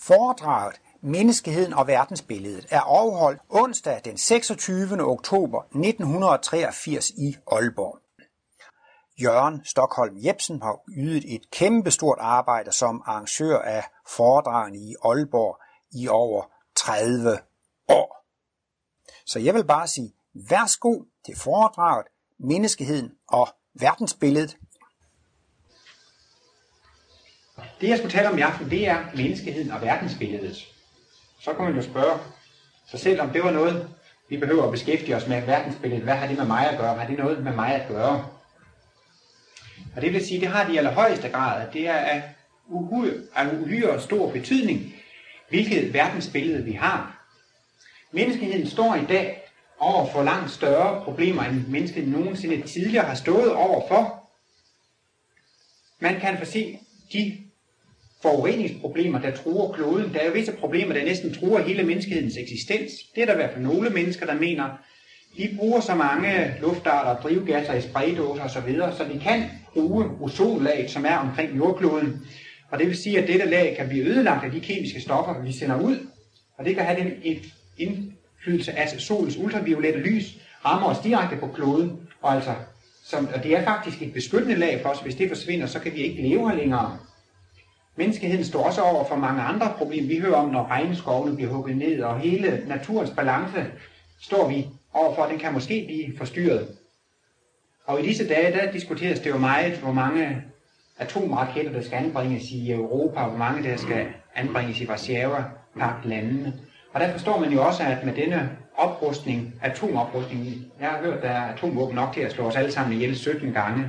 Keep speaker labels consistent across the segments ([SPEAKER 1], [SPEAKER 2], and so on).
[SPEAKER 1] Foredraget Menneskeheden og verdensbilledet er afholdt onsdag den 26. oktober 1983 i Aalborg. Jørgen Stokholm Jepsen har ydet et kæmpestort arbejde som arrangør af foredragene i Aalborg i over 30 år. Så jeg vil bare sige, værsgo til foredraget Menneskeheden og verdensbilledet.
[SPEAKER 2] Det jeg skulle tale om i aften, det er menneskeheden og verdensbilledet. Så kan man jo spørge sig selv, om det var noget, vi behøver at beskæftige os med verdensbilledet. Hvad har det med mig at gøre? Har det noget med mig at gøre? Og det vil sige, det har det i allerhøjeste grad. Det er af uhyre stor betydning, hvilket verdensbillede vi har. Menneskeheden står i dag over for langt større problemer, end mennesket nogensinde tidligere har stået overfor. Man kan se de forureningsproblemer, der truer kloden. Der er jo visse problemer, der næsten truer hele menneskehedens eksistens. Det er der i hvert fald nogle mennesker, der mener. De bruger så mange luftarter, drivgasser i spraydåser osv., så de kan bruge ozonlaget, som er omkring jordkloden. Og det vil sige, at dette lag kan blive ødelagt af de kemiske stoffer, vi sender ud. Og det kan have den indflydelse af solens ultraviolette lys, rammer os direkte på kloden. Og det er faktisk et beskyttende lag for os. Hvis det forsvinder, så kan vi ikke leve her længere. Menneskeheden står også over for mange andre problemer. Vi hører om, når regnskovene bliver hugget ned, og hele naturens balance står vi overfor. Den kan måske blive forstyrret. Og i disse dage, der diskuteres det jo meget, hvor mange atomraketter, der skal anbringes i Europa, og hvor mange der skal anbringes i Warszawa-pagtlandene. Og der forstår man jo også, at med denne atomoprustning, jeg har hørt, der er atomvåben nok til at slå os alle sammen ihjel 17 gange.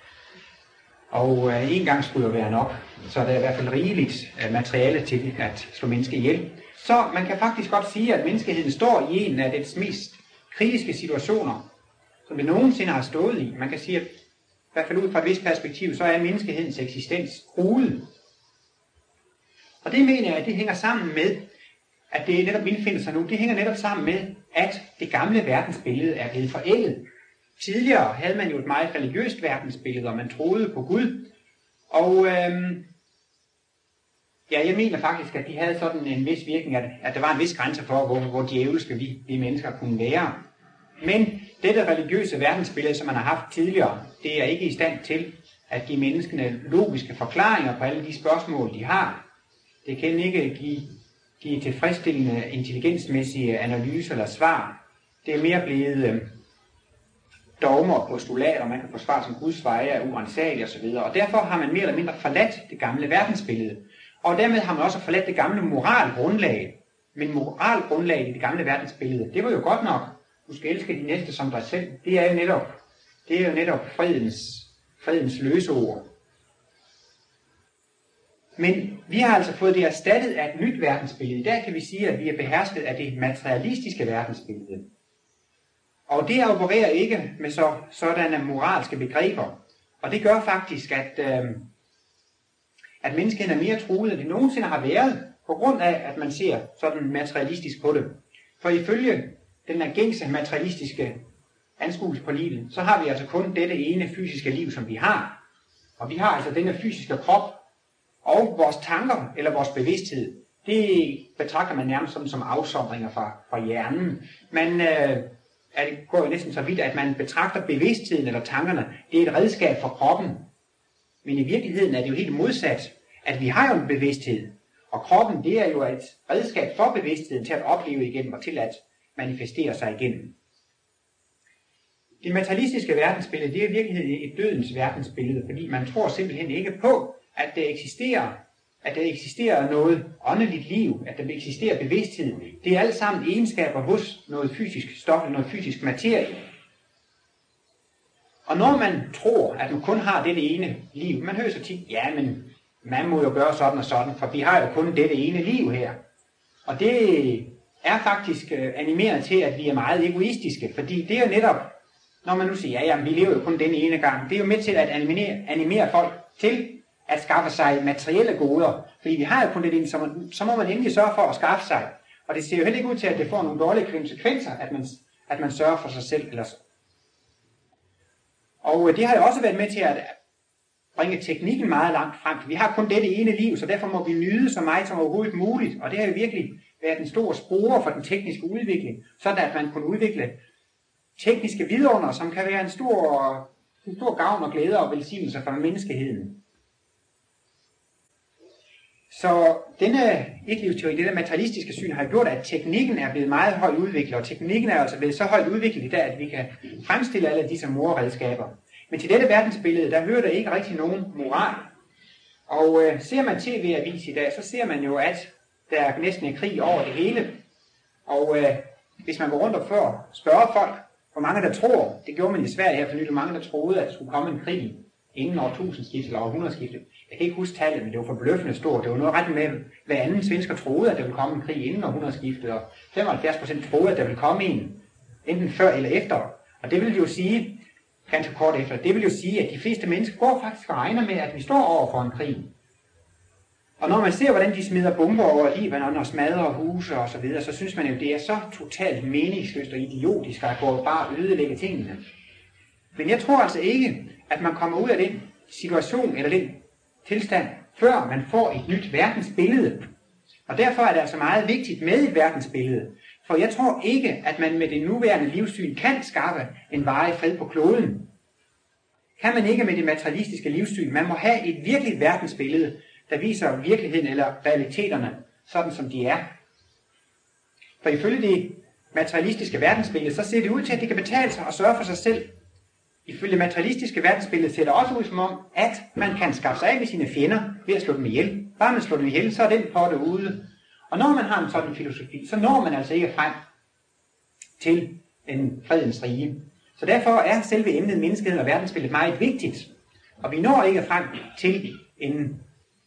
[SPEAKER 2] Og en gang skulle jo være nok, så der er i hvert fald rigeligt materiale til at slå mennesker ihjel. Så man kan faktisk godt sige, at menneskeheden står i en af dets mest kritiske situationer, som det nogensinde har stået i. Man kan sige, at i hvert fald ud fra et vist perspektiv, så er menneskehedens eksistens truet. Og det mener jeg, at det hænger sammen med, at det netop indfinder sig nu. Det hænger netop sammen med, at det gamle verdensbillede er blevet forældet. Tidligere havde man jo et meget religiøst verdensbillede, og man troede på Gud. Og jeg mener faktisk, at de havde sådan en vis virkning, at der var en vis grænse for, hvor djævelske vi mennesker kunne være. Men dette religiøse verdensbillede, som man har haft tidligere, det er ikke i stand til at give menneskene logiske forklaringer på alle de spørgsmål, de har. Det kan ikke give tilfredsstillende intelligensmæssige analyser eller svar. Det er mere blevet dogmer og postulater, man kan få svar som Guds veje er uransagelige osv. Og derfor har man mere eller mindre forladt det gamle verdensbillede. Og dermed har man også forladt det gamle moralgrundlag. Men moralgrundlaget i det gamle verdensbillede, det var jo godt nok. Du skal elske de næste som dig selv. Det er jo netop fredens løseord. Men vi har altså fået det erstattet af et nyt verdensbillede. I dag kan vi sige, at vi er behersket af det materialistiske verdensbillede. Og det opererer ikke med sådanne moralske begreber. Og det gør faktisk, at menneskeheden er mere truet, end det nogensinde har været, på grund af, at man ser sådan materialistisk på det. For ifølge den her gængse materialistiske anskuelse på livet, så har vi altså kun dette ene fysiske liv, som vi har. Og vi har altså denne fysiske krop, og vores tanker eller vores bevidsthed, det betragter man nærmest som afsondringer fra hjernen. Det går jo næsten så vidt, at man betragter bevidstheden eller tankerne, det er et redskab for kroppen. Men i virkeligheden er det jo helt modsat, at vi har jo en bevidsthed, og kroppen det er jo et redskab for bevidstheden til at opleve igennem og til at manifestere sig igennem. Det materialistiske verdensbillede, det er i virkeligheden et dødens verdensbillede, fordi man tror simpelthen ikke på, at der eksisterer noget åndeligt liv, at der eksisterer bevidsthed. Det er alt sammen egenskaber hos noget fysisk stof, noget fysisk materie. Og når man tror, at du kun har dette ene liv, man hører så tit, ja, men man må jo gøre sådan og sådan, for vi har jo kun dette ene liv her. Og det er faktisk animeret til, at vi er meget egoistiske, fordi det er jo netop, når man nu siger, ja, vi lever jo kun denne ene gang, det er jo med til at animere folk til at skaffe sig materielle goder. Fordi vi har jo kun det ene, så må man endelig sørge for at skaffe sig. Og det ser jo heller ikke ud til, at det får nogle dårlige konsekvenser, at man sørger for sig selv. Og det har jo også været med til bringe teknikken meget langt frem. Vi har kun dette ene liv, så derfor må vi nyde så meget som overhovedet muligt. Og det har jo virkelig været en stor spore for den tekniske udvikling, sådan at man kunne udvikle tekniske vidunder, som kan være en stor gavn og glæde og velsignelse for menneskeheden. Så denne etlivsteori, det der materialistiske syn, har gjort, at teknikken er blevet meget højt udviklet, og teknikken er altså blevet så højt udviklet i dag, at vi kan fremstille alle disse morredskaber. Men til dette verdensbillede, der hører der ikke rigtig nogen moral. Og ser man TV-avis i dag, så ser man jo, at der er næsten en krig over det hele. Og hvis man går rundt og spørger folk, hvor mange der tror, det gjorde man i Sverige her for nylig, mange der troede, at der skulle komme en krig inden årtusindskiftet eller århundredeskiftet. Jeg kan ikke huske tallet, men det var forbløffende stort. Det var noget ret med, hver anden svensker troede, at der ville komme en krig inden århundredeskiftet, og 75% troede, at der ville komme en, enten før eller efter. Og det vil jo sige, ganske kort efter, det vil jo sige, at de fleste mennesker går faktisk og regner med, at vi står over for en krig. Og når man ser, hvordan de smider bomber over Libanon og smadrer huse og så videre, så synes man jo, det er så totalt meningsløst og idiotisk at gå bare ødelægge tingene. Men jeg tror altså ikke, at man kommer ud af den situation eller den tilstand, før man får et nyt verdensbillede. Og derfor er det altså meget vigtigt med et verdensbillede. For jeg tror ikke, at man med det nuværende livssyn kan skaffe en varig fred på kloden. Kan man ikke med det materialistiske livssyn. Man må have et virkeligt verdensbillede, der viser virkeligheden eller realiteterne, sådan som de er. For ifølge det materialistiske verdensbillede, så ser det ud til, at det kan betale sig at sørge for sig selv. Ifølge det materialistiske verdensbillede ser det også ud som om, at man kan skaffe sig af med sine fjender ved at slå dem ihjel. Bare man slår dem ihjel, så er den potte ude. Og når man har en sådan filosofi, så når man altså ikke frem til en fredens rige. Så derfor er selve emnet menneskeheden og verdensbilledet meget vigtigt. Og vi når ikke frem til en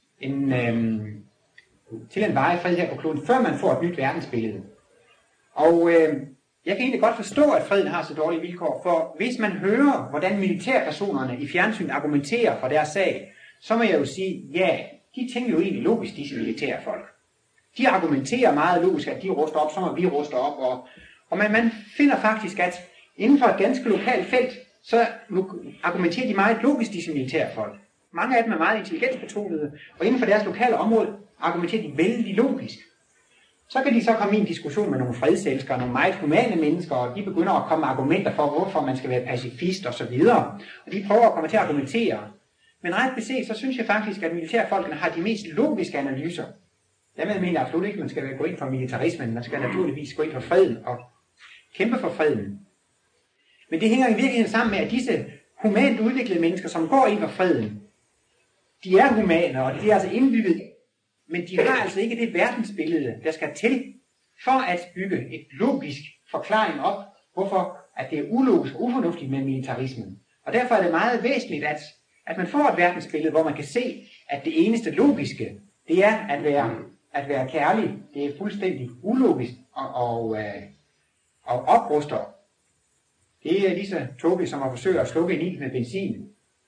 [SPEAKER 2] varig fred her på kloden, før man får et nyt verdensbillede. Og jeg kan egentlig godt forstå, at freden har så dårlige vilkår, for hvis man hører, hvordan militærpersonerne i fjernsyn argumenterer for deres sag, så må jeg jo sige, ja, de tænker jo egentlig logisk, disse militære folk. De argumenterer meget logisk, at de ruster op, så må vi ruste op, og man finder faktisk, at inden for et ganske lokalt felt, så argumenterer de meget logisk, disse militære folk. Mange af dem er meget intelligensbetonede, og inden for deres lokale område argumenterer de vældig logisk. Så kan de så komme i en diskussion med nogle fredselskere, nogle meget humane mennesker, og de begynder at komme med argumenter for, hvorfor man skal være pacifist osv. Og de prøver at komme til at argumentere. Men ret beset, så synes jeg faktisk, at militærfolkene har de mest logiske analyser. Dermed mener jeg absolut ikke, at man skal gå ind for militarismen. Man skal naturligvis gå ind for freden og kæmpe for freden. Men det hænger i virkeligheden sammen med, at disse humant udviklede mennesker, som går ind for freden, de er humane, og de er altså indbygget. Men de har altså ikke det verdensbillede, der skal til, for at bygge et logisk forklaring op, hvorfor at det er ulogisk og ufornuftigt med militarismen. Og derfor er det meget væsentligt, at man får et verdensbillede, hvor man kan se, at det eneste logiske, det er at være kærlig. Det er fuldstændig ulogisk og opruster. Det er lige så tåbeligt som at forsøge at slukke en ild med benzin.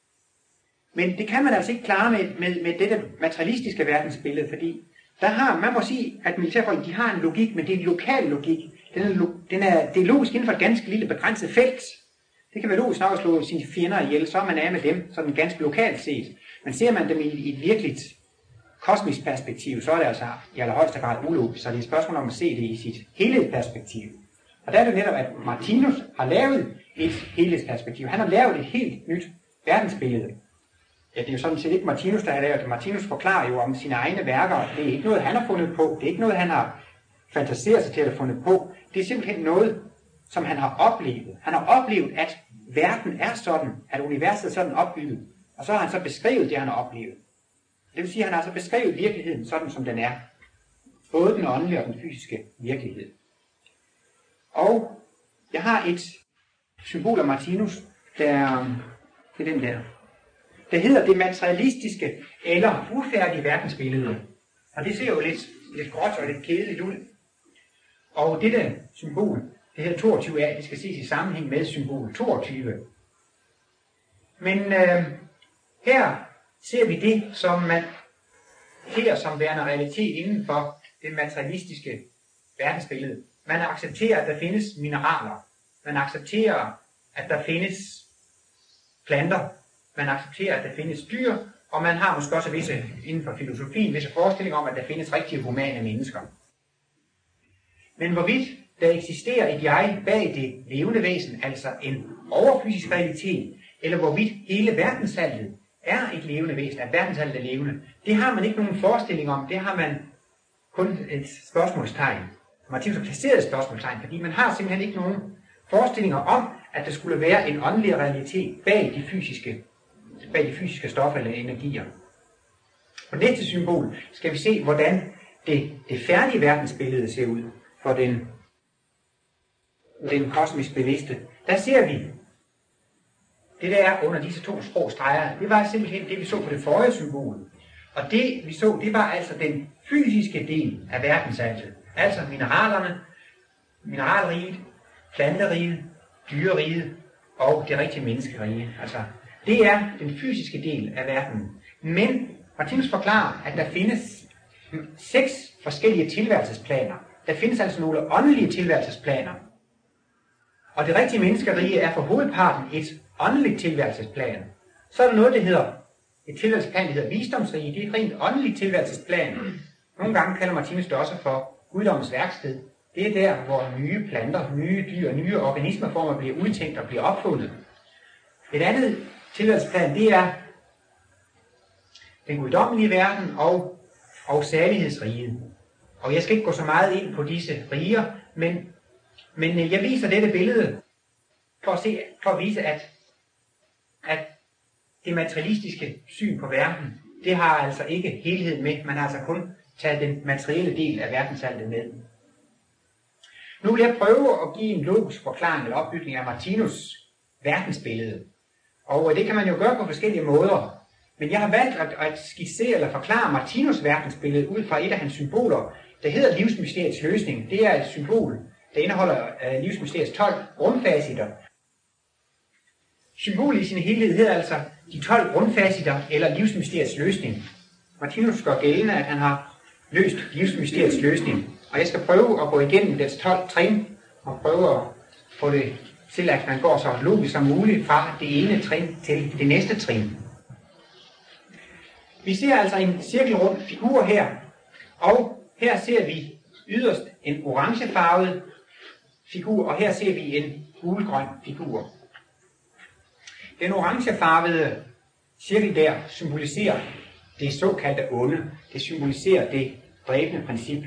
[SPEAKER 2] Men det kan man altså ikke klare med dette materialistiske verdensbillede, fordi man må sige, at militærfolk, de har en logik, men det er en lokal logik. Det er logisk inden for et ganske lille begrænset felt. Det kan være logisk nok at slå sine fjender ihjel, så er man af med dem, sådan ganske lokalt set. Men ser man dem i et virkeligt kosmisk perspektiv, så er det altså i allerhøjeste grad ulogisk, så det er et spørgsmål om at se det i sit helhedsperspektiv. Og der er det netop, at Martinus har lavet et helhedsperspektiv. Han har lavet et helt nyt verdensbillede. Ja, det er jo sådan set ikke Martinus, der har lavet det. Martinus forklarer jo om sine egne værker. Det er ikke noget, han har fundet på. Det er ikke noget, han har fantaseret sig til at have fundet på. Det er simpelthen noget, som han har oplevet. Han har oplevet, at verden er sådan, at universet er sådan opbygget. Og så har han så beskrevet det, han har oplevet. Det vil sige, at han har altså beskrevet virkeligheden sådan, som den er. Både den åndelige og den fysiske virkelighed. Og jeg har et symbol af Martinus, det er den der. Det hedder det materialistiske eller ufærdige verdensbillede. Og det ser jo lidt gråt og lidt kedeligt ud. Og dette symbol, det hedder 22a, det skal ses i sammenhæng med symbol 22. Men her ser vi det, som man her som værende realitet inden for det materialistiske verdensbillede. Man accepterer, at der findes mineraler. Man accepterer, at der findes planter. Man accepterer, at der findes dyr, og man har måske også visse, inden for filosofien, visse forestillinger om, at der findes rigtige humane mennesker. Men hvorvidt der eksisterer et jeg bag det levende væsen, altså en overfysisk realitet, eller hvorvidt hele verdensaltet er et levende væsen, at verdensaltet er levende, det har man ikke nogen forestilling om, det har man kun et spørgsmålstegn. Martinus har placeret et spørgsmålstegn, fordi man har simpelthen ikke nogen forestillinger om, at der skulle være en åndelig realitet bag de fysiske stoffer eller energier. På næste symbol skal vi se, hvordan det færdige verdensbillede ser ud for den kosmisk bevidste. Der ser vi, det der er under disse to skrå streger, det var simpelthen det, vi så på det forrige symbol. Og det, vi så, det var altså den fysiske del af verdensaltet. Altså mineralriget, planteriget, dyreriget og det rigtige menneskerige. Altså, det er den fysiske del af verden. Men Martinus forklarer, at der findes 6 forskellige tilværelsesplaner. Der findes altså nogle åndelige tilværelsesplaner. Og det rigtige menneskerige er for hovedparten et åndeligt tilværelsesplan. Så er der noget, der hedder et tilværelsesplan, der hedder visdomsrige. Det er et rent åndeligt tilværelsesplan. Nogle gange kalder Martinus det også for guddommens værksted. Det er der, hvor nye planter, nye dyr, nye organismeformer bliver udtænkt og bliver opfundet. Et andet tilværelsesplan, det er den guddommelige verden og særlighedsriget. Og jeg skal ikke gå så meget ind på disse riger, men jeg viser dette billede for at vise, at det materialistiske syn på verden, det har altså ikke helhed med. Man har altså kun taget den materielle del af verdensaltet med. Nu vil jeg prøve at give en logisk forklaring eller opbygning af Martinus' verdensbillede. Og det kan man jo gøre på forskellige måder. Men jeg har valgt at skitsere eller forklare Martinus' verdensbillede ud fra et af hans symboler, der hedder livsmysteriets løsning. Det er et symbol, der indeholder livsmysteriets 12 grundfaciter. Symbolet i sin helhed hedder altså de 12 grundfaciter eller livsmysteriets løsning. Martinus gør gældende, at han har løst livsmysteriets løsning. Og jeg skal prøve at gå igennem dets 12 trin og prøve at få det til, at man går så logisk som muligt fra det ene trin til det næste trin. Vi ser altså en cirkelrund figur her, og her ser vi yderst en orangefarvet figur, og her ser vi en gulgrøn figur. Den orangefarvede cirkel der symboliserer det såkaldte onde. Det symboliserer det dræbende princip.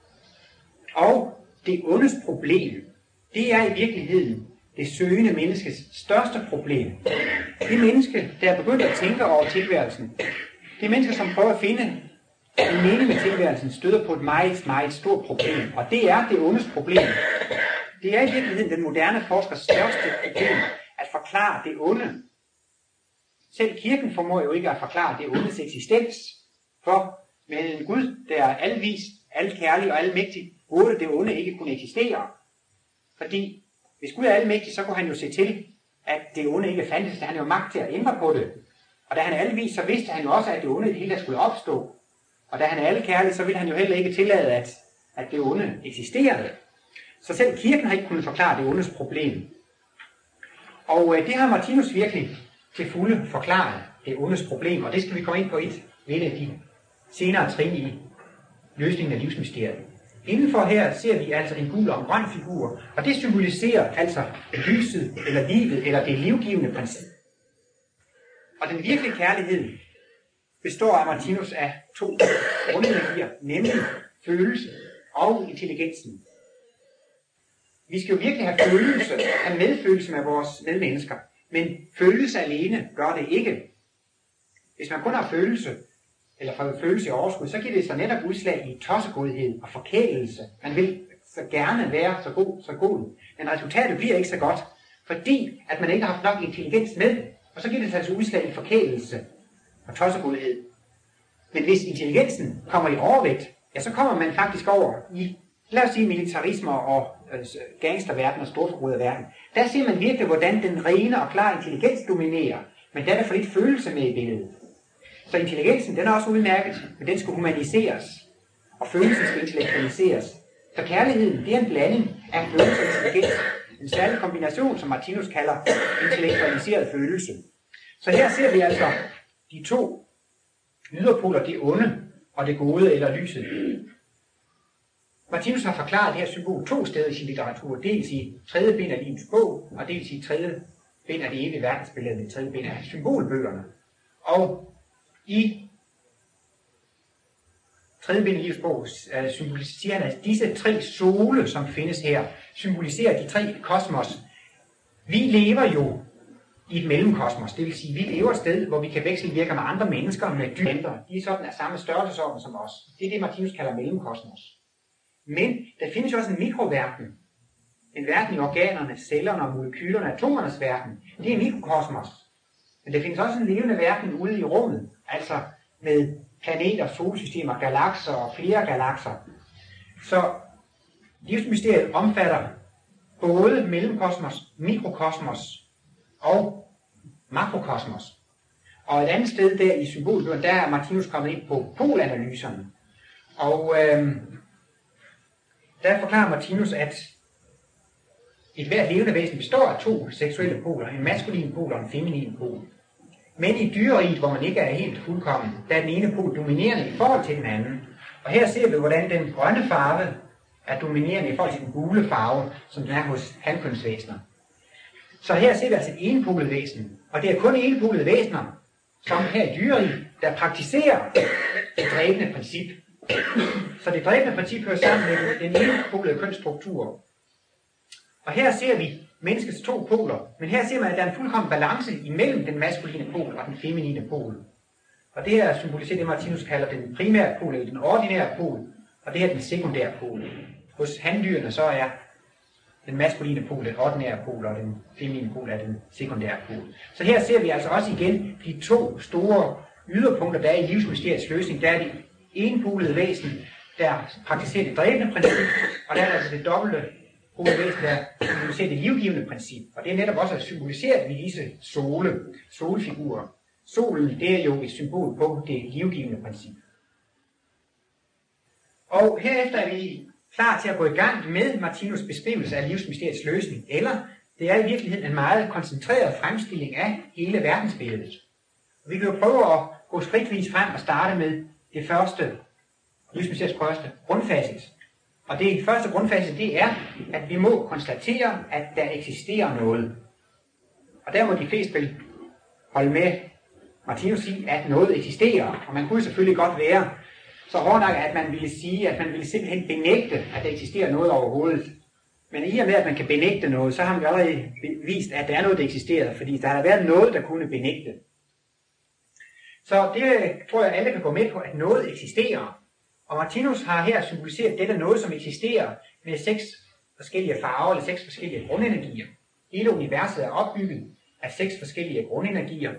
[SPEAKER 2] Og det ondes problem, det er i virkeligheden det søgende menneskes største problem. Det menneske, der er begyndt at tænke over tilværelsen, det menneske, som prøver at finde en mening med tilværelsen, støder på et meget, meget stort problem. Og det er det ondes problem. Det er i virkeligheden den moderne forskers største problem, at forklare det onde. Selv kirken formår jo ikke at forklare det ondes eksistens. For med en Gud, der er alvis, alkærlig og almægtig, burde det onde ikke kunne eksistere. Fordi hvis Gud er almægtig, så kunne han jo se til, at det onde ikke fandtes, så han jo magt til at ændre på det. Og da han er alvis, så vidste han jo også, at det onde hele skulle opstå. Og da han er alkærlig, så ville han jo heller ikke tillade, at det onde eksisterede. Så selv kirken har ikke kunnet forklare det ondes problem. Og det har Martinus virkelig til fulde forklaret, det ondes problem. Og det skal vi komme ind på ved af de senere trin i løsningen af livsmysteriet. Indenfor her ser vi altså en gul og en grøn figur, og det symboliserer altså lyset, eller livet, eller det livgivende princip. Og den virkelige kærlighed består af Martinus af 2 grundenergier, nemlig følelse og intelligensen. Vi skal jo virkelig have medfølelse med vores medmennesker, men følelse alene gør det ikke. Hvis man kun har følelse, eller får følelse i overskud, så giver det sig netop udslag i tossegodhed og forkælelse. Man vil så gerne være så god, men resultatet bliver ikke så godt, fordi at man ikke har haft nok intelligens med, og så giver det sig altså udslag i forkælelse og tossegodhed. Men hvis intelligensen kommer i overvægt, ja, så kommer man faktisk over i, lad os sige, militarisme og gangsterverden og storforbryderverden. Der ser man virkelig, hvordan den rene og klare intelligens dominerer, men der er for lidt følelse med i billedet. Så intelligensen, den er også udmærket, men den skal humaniseres, og følelsen skal intellektualiseres. Så kærligheden, det er en blanding af følelse og intelligens. En særlig kombination, som Martinus kalder intellektualiseret følelse. Så her ser vi altså de to yderpoler, det onde og det gode eller lyset. Martinus har forklaret det her symbol to steder i sin litteratur. Dels i tredje bind af Livets bog, og dels i tredje bind af det evige verdensbillede, i tredje bind af symbolbøgerne. Og i tredje bind af Livets bog symboliserer han, at disse tre sole, som findes her, symboliserer de tre kosmos. Vi lever jo i et mellemkosmos, det vil sige, vi lever et sted, hvor vi kan vekselvirke med andre mennesker, med dyr. De er sådan af samme størrelsesorden som os. Det er det, Martinus kalder mellemkosmos. Men der findes jo også en mikroverden. En verden i organerne, cellerne og molekylerne, atomernes verden. Det er mikrokosmos. Men der findes også en levende verden ude i rummet, altså med planeter, solsystemer, galakser og flere galakser. Så livsmysteriet omfatter både mellemkosmos, mikrokosmos og makrokosmos. Og et andet sted der i symbolbøgerne, der er Martinus kommet ind på polanalyserne. Og der forklarer Martinus, at et hvert levende væsen består af to seksuelle poler, en maskulin pol og en feminin pol. Men i dyreriget, hvor man ikke er helt fuldkommen, der er den ene pol dominerende i forhold til den anden. Og her ser vi, hvordan den grønne farve er dominerende i forhold til den gule farve, som den er hos hankønsvæsener. Så her ser vi altså et enpolet væsen. Og det er kun enpolede væsener, som her i dyreriget, der praktiserer det dræbende princip. Så det dræbende princip hører sammen med den enpolede kønsstruktur. Og her ser vi menneskets to poler, men her ser man, at der er en fuldkommen balance imellem den maskuline pol og den feminine pol. Og det her symboliserer det, Martinus kalder den primære pol, eller den ordinære pol, og det her er den sekundære pol. Hos handyrene så er den maskuline pol den ordinære pol, og den feminine pol er den sekundære pol. Så her ser vi altså også igen de to store yderpunkter, der er i livsmysteriets løsning. Der er det enpolede væsen, der praktiserer det dræbende princip, og der er altså det dobbelte væsen, der symboliserer det livgivende princip. Og det er netop også symboliseret ved disse solfigurer. Solen, det er jo et symbol på det livgivende princip. Og herefter er vi klar til at gå i gang med Martinus' beskrivelse af livsmysteriets løsning, eller det er i virkeligheden en meget koncentreret fremstilling af hele verdensbilledet. Og vi kan jo prøve at gå skridtvis frem og starte med det første livsmysteriets første grundfacit. Og det første grundfacit, det er, at vi må konstatere, at der eksisterer noget. Og der må de fleste vel holde med Martinus sige, at noget eksisterer. Og man kunne selvfølgelig godt være så hårdnakket, at man ville sige, at man ville simpelthen benægte, at der eksisterer noget overhovedet. Men i og med, at man kan benægte noget, så har man jo allerede vist, at der er noget, der eksisterer, fordi der har været noget, der kunne benægte. Så det tror jeg, alle kan gå med på, at noget eksisterer. Og Martinus har her symboliseret dette noget, som eksisterer med 6 forskellige farver, eller 6 forskellige grundenergier. Hele universet er opbygget af 6 forskellige grundenergier.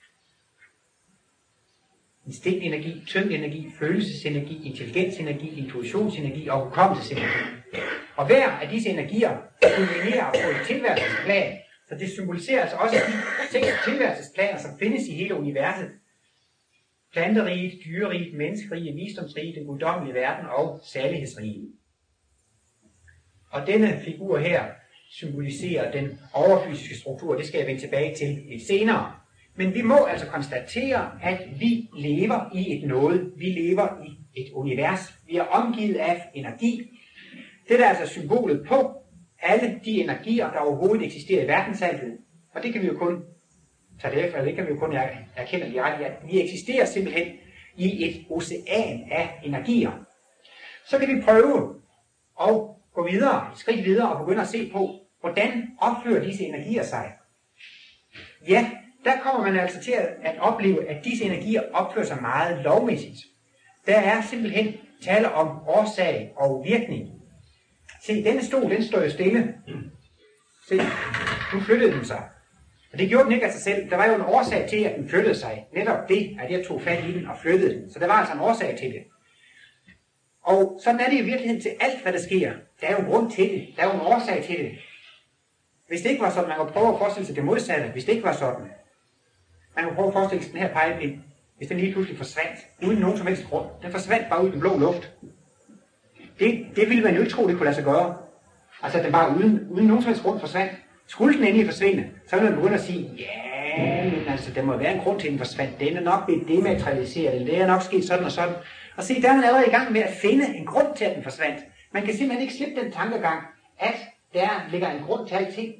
[SPEAKER 2] Instinktenergi, tyngdenergi, følelsesenergi, intelligensenergi, intuitionsenergi og hukommelsesenergi. Og hver af disse energier kulminerer på et tilværelsesplan, så det symboliserer altså også de 6 tilværelsesplaner, som findes i hele universet. Planteriget, dyreriget, menneskeriget, visdomsriget, den guddommelige verden og salighedsriget. Og denne figur her symboliserer den overfysiske struktur, det skal jeg vende tilbage til lidt senere. Men vi må altså konstatere, at vi lever i et noget. Vi lever i et univers. Vi er omgivet af energi. Det er altså symbolet på alle de energier, der overhovedet eksisterer i verdensalderet. Og det kan vi jo kun tage det efter, eller det kan vi jo kun erkende direkte, at vi eksisterer simpelthen i et ocean af energier. Så kan vi prøve at gå videre, et skridt videre og begynde at se på, hvordan opfører disse energier sig. Ja, der kommer man altså til at opleve, at disse energier opfører sig meget lovmæssigt. Der er simpelthen tale om årsag og virkning. Se, denne stol, den står jo stille. Se, nu flyttede den sig. Og det gjorde den ikke af sig selv. Der var jo en årsag til, at den flyttede sig. Netop det, at jeg tog fat i den og flyttede den. Så der var altså en årsag til det. Og sådan er det i virkeligheden til alt, hvad der sker. Der er jo en grund til det. Der er jo en årsag til det. Hvis det ikke var sådan, man kunne prøve at forestille sig det modsatte. Hvis det ikke var sådan. Man kunne prøve at forestille sig den her pegepind. Hvis den lige pludselig forsvandt, uden nogen som helst grund. Den forsvandt bare ud i den blå luft. Det ville man jo ikke tro, det kunne lade sig gøre. Altså, at den bare uden nogen som helst grund forsvandt. Skulle den endelig forsvinde, så ville man begynde at sige, ja, ja, men altså, der må være en grund til, at den forsvandt. Den er nok blevet dematerialiseret, eller det er nok sket sådan og sådan. Og se, der er man allerede i gang med at finde en grund til, at den forsvandt. Man kan simpelthen ikke slippe den tankegang, at der ligger en grund til alting.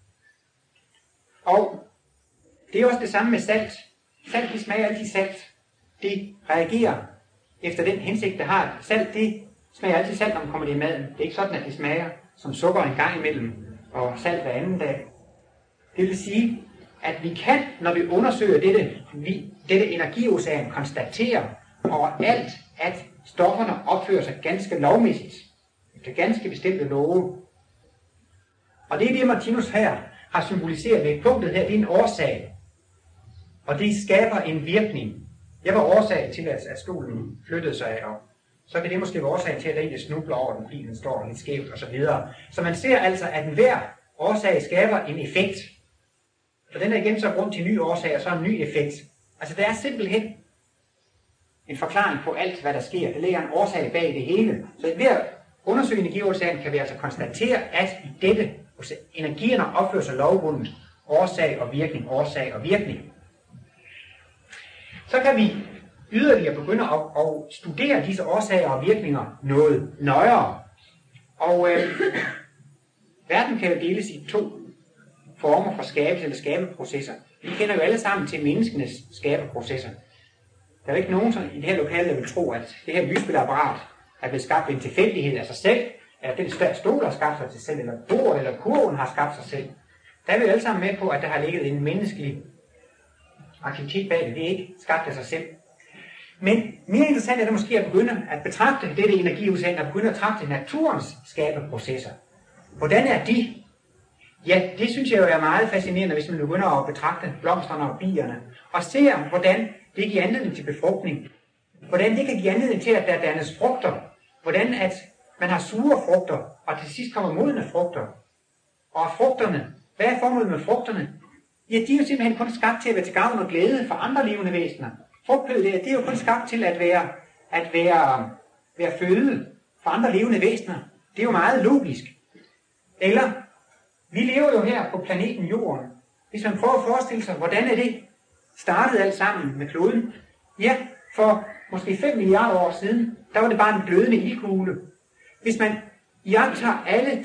[SPEAKER 2] Og det er også det samme med salt. Salt, det smager altid salt. Det reagerer efter den hensigt, det har. Salt, det smager altid salt, når man kommer det i maden. Det er ikke sådan, at det smager som sukker en gang imellem, og salt hver anden dag. Det vil sige, at vi kan, når vi undersøger dette energiocean, konstatere overalt, at stofferne opfører sig ganske lovmæssigt. Efter ganske bestemte love. Og det er det, Martinus her har symboliseret ved punktet her. Det er en årsag. Og det skaber en virkning. Jeg var årsag til, at stolen flyttede sig, og så kan det måske være årsag til, at der egentlig snubler over den, fordi den står lidt skævt osv. Så man ser altså, at enhver årsag skaber en effekt. Og den er igen så grund til ny årsag, og så en ny effekt. Altså der er simpelthen en forklaring på alt, hvad der sker. Der ligger en årsag bag det hele. Så ved at undersøge energiårsagen, kan vi altså konstatere, at i dette energierne opfører sig lovbundet. Årsag og virkning, årsag og virkning. Så kan vi yderligere begynde at studere disse årsager og virkninger noget nøjere. Og verden kan jo deles i to former for skabelse eller skabeprocesser. Vi kender jo alle sammen til menneskenes skabeprocesser. Der er jo ikke nogen i det her lokale, der vil tro, at det her lysspilapparat er blevet skabt ved en tilfældighed af sig selv, eller den stol har skabt sig til selv, eller bord eller kurven har skabt sig selv. Der er vi jo alle sammen med på, at der har ligget en menneskelig aktivitet bag det. Det er ikke skabt af sig selv. Men mere interessant er det måske at begynde at betragte dette energiocean, og begynde at betragte naturens skabeprocesser. Hvordan er de? Ja, det synes jeg jo er meget fascinerende, hvis man begynder at betragte blomsterne og bierne, og ser, hvordan det giver anledning til befrugtning. Hvordan det kan give anledning til, at der dannes frugter. Hvordan at man har sure frugter, og til sidst kommer modne frugter. Og frugterne, hvad er formålet med frugterne? Ja, de er jo simpelthen kun skabt til at være til gavn og glæde for andre levende væsener. Frugtkød, det er jo kun skabt til at være føde for andre levende væsener. Det er jo meget logisk. Eller, vi lever jo her på planeten Jorden. Hvis man prøver at forestille sig, hvordan er det startede alt sammen med kloden? Ja, for måske 5 milliarder år siden, der var det bare en glødende ildkugle. Hvis man iagttager alle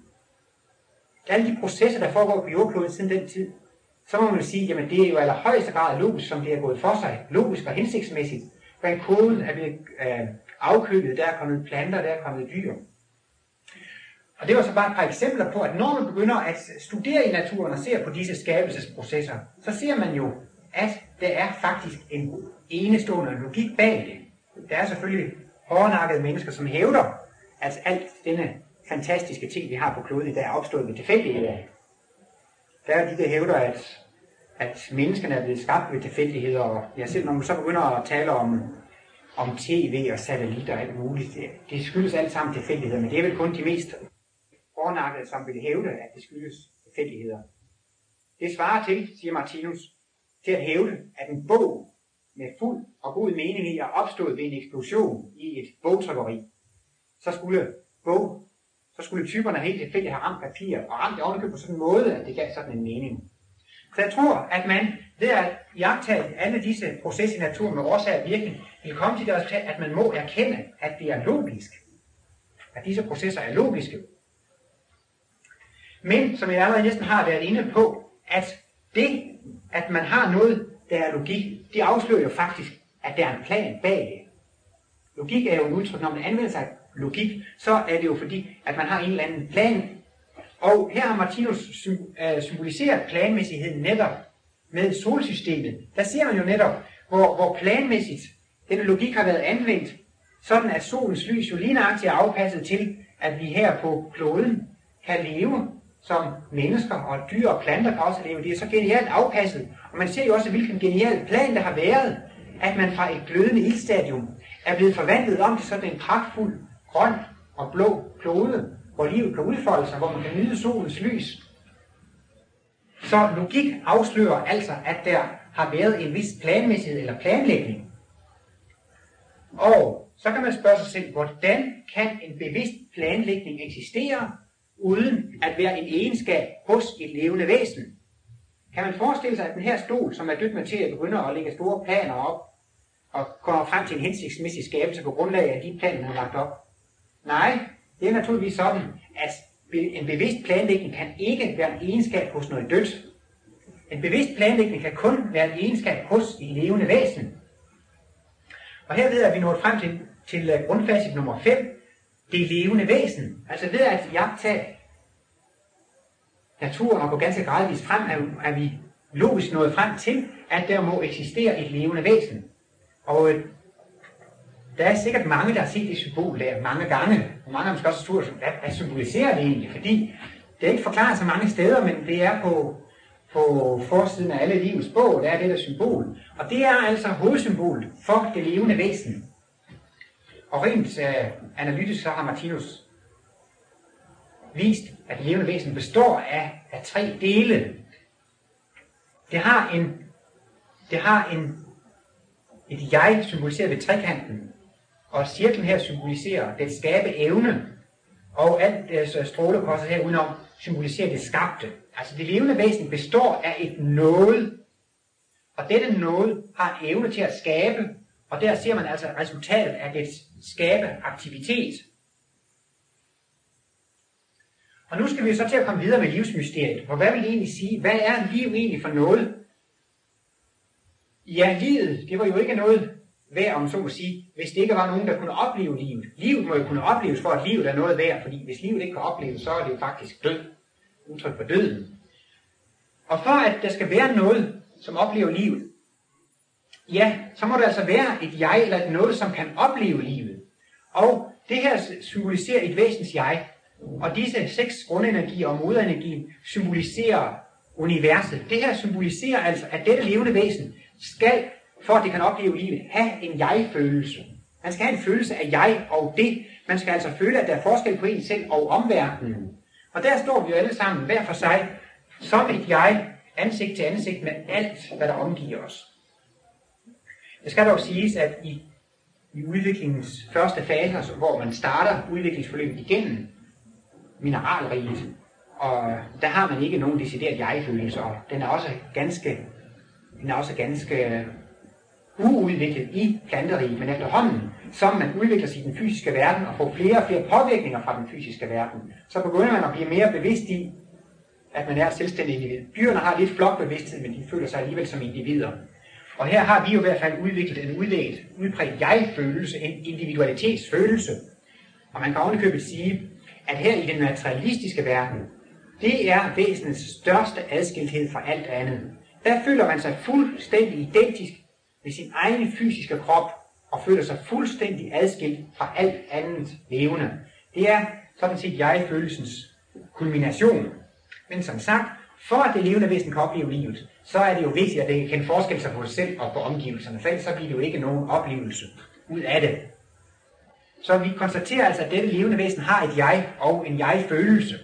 [SPEAKER 2] de processer, der foregår på jordkloden siden den tid, så må man jo sige, jamen det er jo allerhøjeste grad logisk, som det er gået for sig. Logisk og hensigtsmæssigt. Hvordan kloden er blevet afkølet, der er kommet planter, der er kommet dyr. Og det var så bare et par eksempler på, at når man begynder at studere i naturen og ser på disse skabelsesprocesser, så ser man jo, at der er faktisk en enestående logik bag det. Der er selvfølgelig hårdnakkede mennesker, som hævder, at alt denne fantastiske ting, vi har på kloden i dag, er opstået ved tilfældigheder. Der er de, der hævder, at menneskene er blevet skabt ved tilfældigheder, og ja, selv når man så begynder at tale om tv og satellitter og alt muligt, det skyldes alt sammen tilfældigheder, men det er vel kun de mest hårdnakkede, som vil hævde, at det skyldes tilfældigheder. Det svarer til, siger Martinus, til at hævde, at en bog med fuld og god mening i er opstået ved en eksplosion i et bogtrykkeri. Så skulle typerne helt tilfældigt have ramt papir, og ramt det ovenikøbet på sådan en måde, at det gav sådan en mening. Så jeg tror, at man ved at iagttage alle disse processer i naturen med årsag og virkning, vil komme til det resultat, at man må erkende, at det er logisk. At disse processer er logiske. Men, som jeg allerede næsten har været inde på, at det, at man har noget, der er logik, det afslører jo faktisk, at der er en plan bag det. Logik er jo en udtryk, når man anvender sig af logik, så er det jo fordi, at man har en eller anden plan. Og her har Martinus symboliseret planmæssigheden netop med solsystemet. Der ser man jo netop, hvor planmæssigt denne logik har været anvendt, sådan at solens lys jo lige nøjagtigt er afpasset til, at vi her på kloden kan leve som mennesker, og dyr og planter kan også leve. Det er så genialt afpasset. Og man ser jo også, hvilken genial plan der har været, at man fra et glødende ildstadium er blevet forvandlet om til sådan en pragtfuld grøn og blå klode, hvor livet kan udfolde sig, hvor man kan nyde solens lys. Så logik afslører altså, at der har været en vis planmæssighed eller planlægning. Og så kan man spørge sig selv, hvordan kan en bevidst planlægning eksistere, uden at være en egenskab hos et levende væsen? Kan man forestille sig, at den her stol, som er døbt med til at begynde at lægge store planer op, og kommer frem til en hensigtsmæssig skabelse på grundlag af de planer, man har lagt op? Nej, det er naturligvis sådan, at en bevidst planlægning kan ikke være en egenskab hos noget dødt. En bevidst planlægning kan kun være en egenskab hos et levende væsen. Og her ved jeg, at vi nået frem til grundfacit nummer 5, det levende væsen. Altså ved at jagtage naturen og gå ganske gradvist frem, er vi logisk nået frem til, at der må eksistere et levende væsen. Og der er sikkert mange, der har set det symbol der mange gange. Og mange har måske også spurgt, hvad symboliserer det egentlig? Fordi det er ikke forklaret så mange steder, men det er på forsiden af alle livets bog, der er det der symbol. Og det er altså hovedsymbolet for det levende væsen. Og rent analytisk så har Martinus vist, at det levende væsen består af 3 dele. Det har et jeg symboliseret ved trekanten, og cirklen her symboliserer det skabe evne, og alt strålekorset her udenom symboliserer det skabte. Altså det levende væsen består af et noget, og dette noget har en evne til at skabe, og der ser man altså resultatet af dets skabeaktivitet. Og nu skal vi så til at komme videre med livsmysteriet. For hvad vil det egentlig sige? Hvad er liv egentlig for noget? Ja, livet, det var jo ikke noget værd, om så må sige, hvis det ikke var nogen, der kunne opleve livet. Livet må jo kunne opleves for, at livet er noget værd, fordi hvis livet ikke kan opleves, så er det jo faktisk død. Udtryk for døden. Og for at der skal være noget, som oplever livet, ja, så må der altså være et jeg eller et noget, som kan opleve livet. Og det her symboliserer et væsens jeg. Og disse 6 grundenergier og moderenergien symboliserer universet. Det her symboliserer altså, at dette levende væsen skal, for at det kan opleve livet, have en jeg-følelse. Man skal have en følelse af jeg og det. Man skal altså føle, at der er forskel på en selv og omverdenen. Og der står vi jo alle sammen, hver for sig, som et jeg, ansigt til ansigt med alt, hvad der omgiver os. Det skal dog siges, at i udviklingens første fase, hvor man starter udviklingsforløbet igennem mineralriget, og der har man ikke nogen decideret jeg-følelse, og den er også ganske uudviklet i planteriget, men efterhånden, som man udvikler sig i den fysiske verden og får flere og flere påvirkninger fra den fysiske verden, så begynder man at blive mere bevidst i, at man er et selvstændigt individ. Dyrene har lidt flokbevidsthed, men de føler sig alligevel som individer. Og her har vi jo i hvert fald udviklet en udbredt jeg-følelse, en individualitetsfølelse. Og man kan ovenikøbet sige, at her i den materialistiske verden, det er væsenets største adskilthed fra alt andet. Der føler man sig fuldstændig identisk med sin egen fysiske krop, og føler sig fuldstændig adskilt fra alt andet levende. Det er sådan set jeg-følelsens kulmination. Men som sagt, for at det levende væsen kan opleve livet, så er det jo vigtigt, at det kan forskelle sig på sig selv og på omgivelserne. For ellers så bliver det jo ikke nogen oplevelse ud af det. Så vi konstaterer altså, at dette levende væsen har et jeg og en jeg-følelse.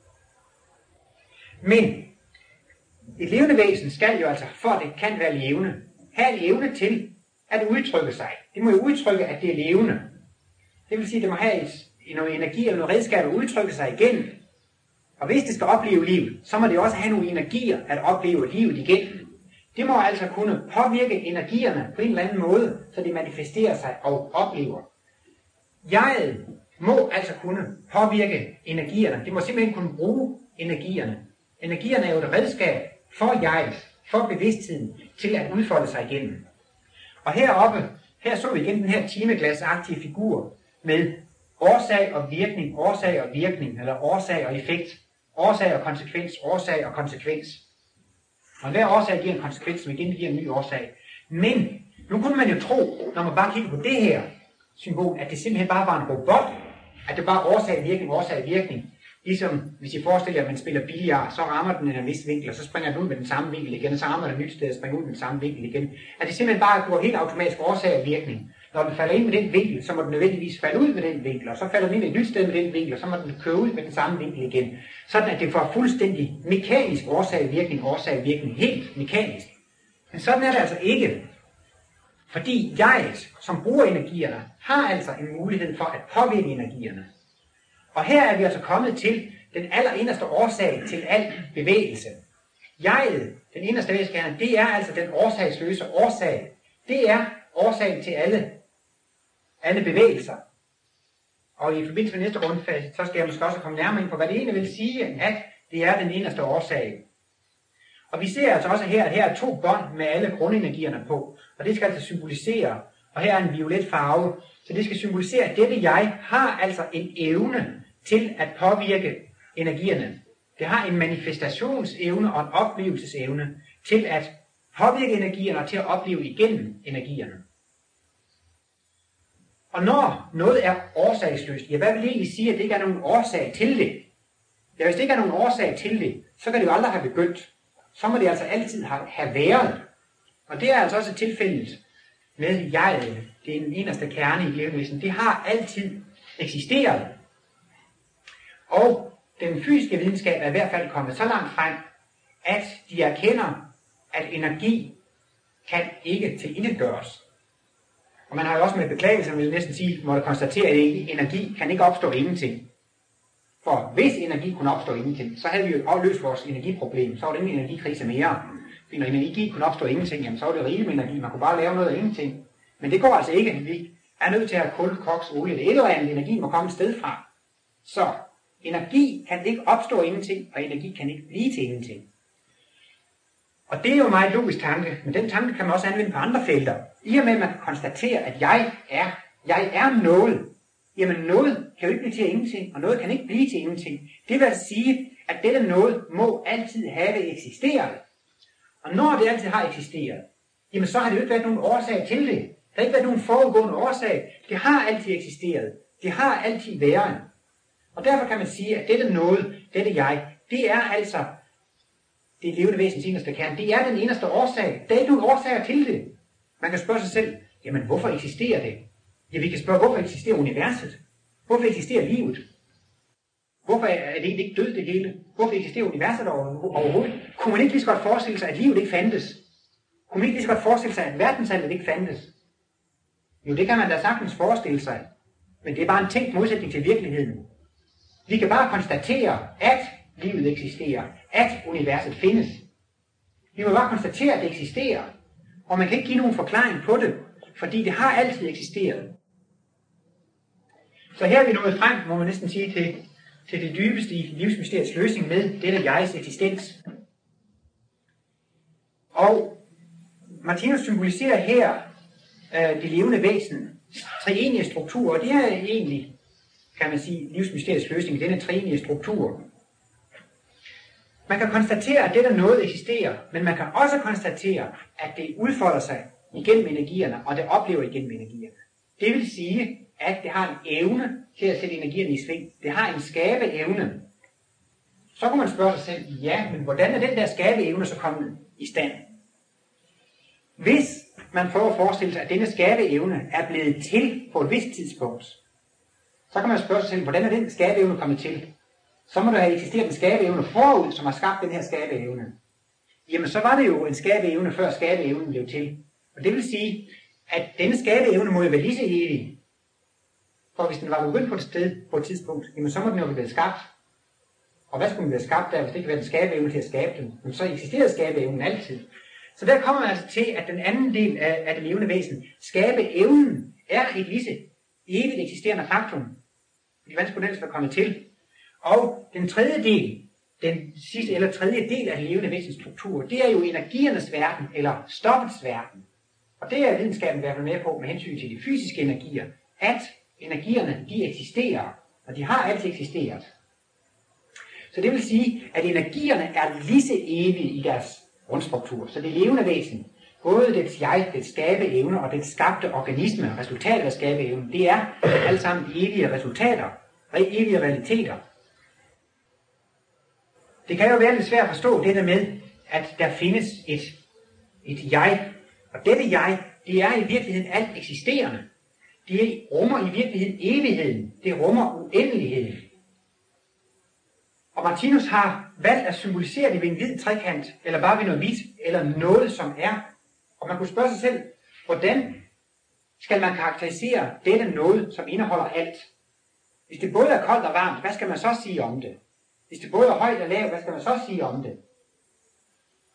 [SPEAKER 2] Men et levende væsen skal jo altså, for at det kan være levende, have en evne til at udtrykke sig. Det må jo udtrykke, at det er levende. Det vil sige, at det må have noget energi eller noget redskab at udtrykke sig igen. Og hvis det skal opleve livet, så må det også have nogle energier at opleve livet igen. Det må altså kunne påvirke energierne på en eller anden måde, så det manifesterer sig og oplever. Jeget må altså kunne påvirke energierne. Det må simpelthen kunne bruge energierne. Energierne er jo et redskab for jeget, for bevidstheden, til at udfolde sig igennem. Og heroppe, her så vi igen den her timeglasagtige figur med årsag og virkning, eller årsag og effekt. Årsag og konsekvens, årsag og konsekvens. Og hver årsag giver en konsekvens, som igen giver en ny årsag. Men nu kunne man jo tro, når man bare kigger på det her symbol, at det simpelthen bare var en robot, at det bare er årsag, virkning. Ligesom hvis I forestiller jer, at man spiller billard, så rammer den en vis vinkel, og så springer den ud med den samme vinkel igen, og så rammer den et nyt sted og springer ud med den samme vinkel igen. At det simpelthen bare går helt automatisk årsag og virkning. Når den falder ind med den vinkel, så må den nødvendigvis falde ud med den vinkel, og så falder den ind med et nyt sted med den vinkel, og så må den køre ud med den samme vinkel igen. Sådan at det får fuldstændig mekanisk årsag-virkning, helt mekanisk. Men sådan er det altså ikke. Fordi jeget, som bruger energierne, har altså en mulighed for at påvirke energierne. Og her er vi altså kommet til den allerinderste årsag til al bevægelse. Jeget, den inderste væskenskærning, det er altså den årsagsløse årsag. Det er årsagen til alle bevægelser. Og i forbindelse med næste rundfase, så skal jeg måske også komme nærmere ind på, hvad det egentlig vil sige, at det er den inderste årsag. Og vi ser altså også her, at her er 2 bånd med alle grundenergierne på. Og det skal altså symbolisere, og her er en violet farve, så det skal symbolisere, at dette jeg har altså en evne til at påvirke energierne. Det har en manifestationsevne og en oplevelsesevne til at påvirke energierne og til at opleve igennem energierne. Og når noget er årsagsløst, ja, hvad vil det egentlig sige, at det ikke er nogen årsag til det? Ja, hvis det ikke er nogen årsag til det, så kan det jo aldrig have begyndt. Så må det altså altid have været. Og det er altså også tilfældet med jeget, det er den inderste kerne i virkeligheden. Det har altid eksisteret. Og den fysiske videnskab er i hvert fald kommet så langt frem, at de erkender, at energi kan ikke tilintetgøres. Og man har jo også med beklagelse, vil næsten sige, måtte konstatere, at energi kan ikke opstå ingenting. For hvis energi kunne opstå ingenting, så havde vi jo afløst vores energiproblem, så var det ingen energikrise mere. Fordi når energi kunne opstå ingenting, jamen, så var det rigeligt med energi, man kunne bare lave noget af ingenting. Men det går altså ikke, vi er nødt til at have kul, koks, olie, det et eller andet energi må komme et sted fra. Så energi kan ikke opstå ingenting, og energi kan ikke blive til ingenting. Og det er jo en meget logisk tanke, men den tanke kan man også anvende på andre felter. I og med, at man kan konstatere, at jeg er noget. Jamen noget kan jo ikke blive til ingenting, og noget kan ikke blive til ingenting. Det vil sige, at dette noget må altid have eksisteret. Og når det altid har eksisteret, jamen så har det jo ikke været nogen årsag til det. Der har ikke været nogen foregående årsag. Det har altid eksisteret. Det har altid været. Og derfor kan man sige, at dette noget, dette jeg, det er altså det levende væsens inderste kerne. Det er den eneste årsag. Der er ikke nogen årsager til det. Man kan spørge sig selv, jamen hvorfor eksisterer det? Ja, vi kan spørge, hvorfor eksisterer universet? Hvorfor eksisterer livet? Hvorfor er det ikke død det hele? Hvorfor eksisterer universet overhovedet? Kunne man ikke lige så godt forestille sig, at livet ikke fandtes? Kunne man ikke lige så godt forestille sig, at verdensallet ikke fandtes? Jo, det kan man da sagtens forestille sig. Men det er bare en tænkt modsætning til virkeligheden. Vi kan bare konstatere, at livet eksisterer, at universet findes. Vi må bare konstatere, at det eksisterer. Og man kan ikke give nogen forklaring på det, fordi det har altid eksisteret. Så her er vi nået frem, må man næsten sige, til det dybeste i livsmysteriets løsning med dette jegs eksistens. Og Martinus symboliserer her det levende væsen, treenige struktur, og det er egentlig, kan man sige, livsmysteriets løsning, denne treenige struktur. Man kan konstatere, at dette noget eksisterer, men man kan også konstatere, at det udfolder sig igennem energierne, og det oplever igennem energierne. Det vil sige, at det har en evne til at sætte energierne i sving. Det har en skabeevne. Så kan man spørge sig selv, ja, men hvordan er den der skabeevne så kommet i stand? Hvis man prøver at forestille sig, at denne skabeevne er blevet til på et vist tidspunkt, så kan man spørge sig selv, hvordan er den skabeevne kommet til? Så må der have eksisteret en skabeevne forud, som har skabt den her skabeevne. Jamen, så var det jo en skabeevne, før skabeevnen blev til. Og det vil sige, at denne skabeevne må jo være lige så evig. For hvis den var begyndt på et sted på et tidspunkt, jamen så må den jo være skabt. Og hvad skulle den være skabt der, hvis det ikke var den skabeevne til at skabe den? Men så eksisterede skabeevnen altid. Så der kommer man altså til, at den anden del af det levende væsen, skabeevnen, er et lige så evigt eksisterende faktum. Hvordan skulle den ellers være kommet til? Og den tredje del, den sidste eller tredje del af det levende væsens struktur, det er jo energiernes verden, eller stoffets verden. Og det er videnskaben været med på med hensyn til de fysiske energier, at energierne, de eksisterer, og de har altid eksisteret. Så det vil sige, at energierne er lige så evige i deres grundstruktur. Så det levende væsen, både dets jeg, dets skabeevne og dets skabte organisme, resultatet af skabeevnen, det er alle sammen evige resultater, evige realiteter. Det kan jo være lidt svært at forstå det der med, at der findes et jeg. Og dette jeg, det er i virkeligheden alt eksisterende. Det rummer i virkeligheden evigheden. Det rummer uendeligheden. Og Martinus har valgt at symbolisere det ved en hvid trekant, eller bare ved noget hvidt, eller noget som er. Og man kunne spørge sig selv, hvordan skal man karakterisere dette noget, som indeholder alt? Hvis det både er koldt og varmt, hvad skal man så sige om det? Hvis det både er højt og lavt, hvad skal man så sige om det?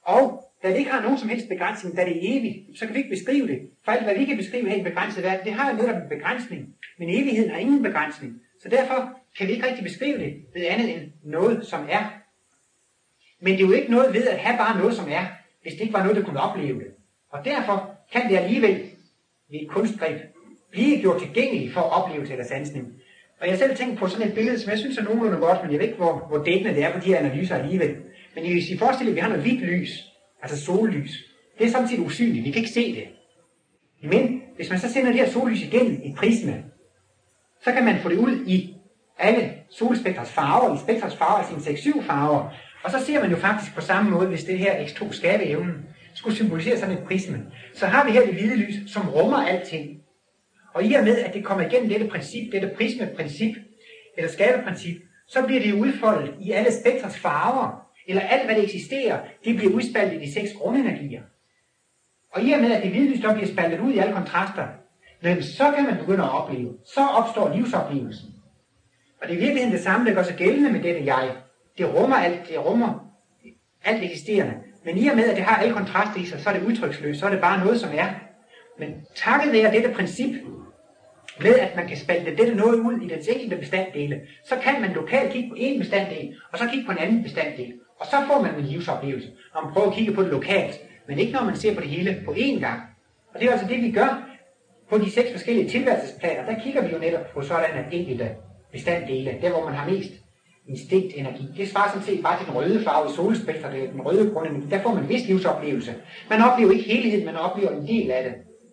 [SPEAKER 2] Og da det ikke har nogen som helst begrænsning, da det er evigt, så kan vi ikke beskrive det. For alt hvad vi kan beskrive her i en begrænset verden, det har jo netop en begrænsning. Men evigheden har ingen begrænsning. Så derfor kan vi ikke rigtig beskrive det ved andet end noget, som er. Men det er jo ikke noget ved at have bare noget, som er, hvis det ikke var noget, der kunne opleve det. Og derfor kan det alligevel ved et kunstgreb blive gjort tilgængeligt for oplevelse eller sansning. Og jeg har selv tænkt på sådan et billede, som jeg synes er nogenlunde godt, men jeg ved ikke, hvor dækkende det er på de her analyser alligevel. Men hvis I forestiller, at vi har noget hvidt lys, altså sollys, det er samtidig usynligt, vi kan ikke se det. Men hvis man så sender det her sollys igennem et prisme, så kan man få det ud i alle solspektrets farver, i spektrets farver, altså 6-7 farver. Og så ser man jo faktisk på samme måde, hvis det her X2 skabeevnen skulle symbolisere sådan et prisme, så har vi her det hvide lys, som rummer alting. Og i og med, at det kommer igennem dette princip, dette prismeprincip, eller skabeprincip, så bliver det udfoldet i alle spektrets farver, eller alt hvad det eksisterer, det bliver udspaltet i 6 grundenergier. Og i og med, at det hvide lys der bliver spaltet ud i alle kontraster, så kan man begynde at opleve. Så opstår livsoplevelsen. Og det er i virkeligheden det samme, der gør sig gældende med dette jeg. Det rummer alt eksisterende. Men i og med, at det har alle kontraster i sig, så er det udtryksløst, så er det bare noget, som er. Men takket være dette princip, med at man kan spalte dette noget ud i dens enkelte bestanddele, så kan man lokalt kigge på en bestanddel, og så kigge på en anden bestanddel. Og så får man en livsoplevelse, når man prøver at kigge på det lokalt, men ikke når man ser på det hele på én gang. Og det er altså det, vi gør på de 6 forskellige tilværelsesplaner. Der kigger vi jo netop på sådanne enkelte bestanddele, der hvor man har mest instinktenergi. Det svarer sådan set bare til den røde farve i solspektret, den røde grundenergi. Der får man en vis livsoplevelse. Man oplever ikke helheden, man oplever en del af det.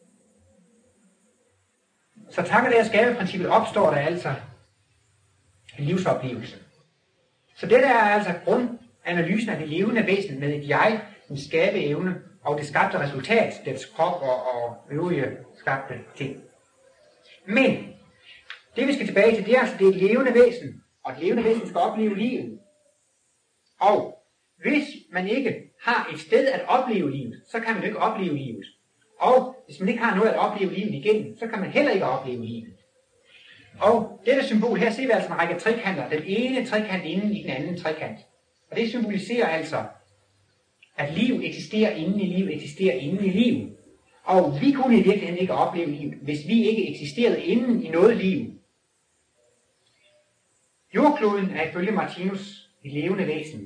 [SPEAKER 2] Så takket være skabeprincippet opstår der altså en livsoplevelse. Så det der er altså grundanalysen af det levende væsen med et jeg, en skabeevne og det skabte resultat, dets krop og øvrige skabte ting. Men det vi skal tilbage til, det er altså det er et levende væsen, og et levende væsen skal opleve livet. Og hvis man ikke har et sted at opleve livet, så kan man jo ikke opleve livet. Og hvis man ikke har noget at opleve livet igennem, så kan man heller ikke opleve livet. Og dette symbol her ser vi altså en række trekanter. Den ene trekant inden i den anden trekant. Og det symboliserer altså, at liv eksisterer inden i liv, eksisterer inden i liv. Og vi kunne i virkeligheden ikke opleve livet, hvis vi ikke eksisterede inden i noget liv. Jordkloden er ifølge Martinus et levende væsen.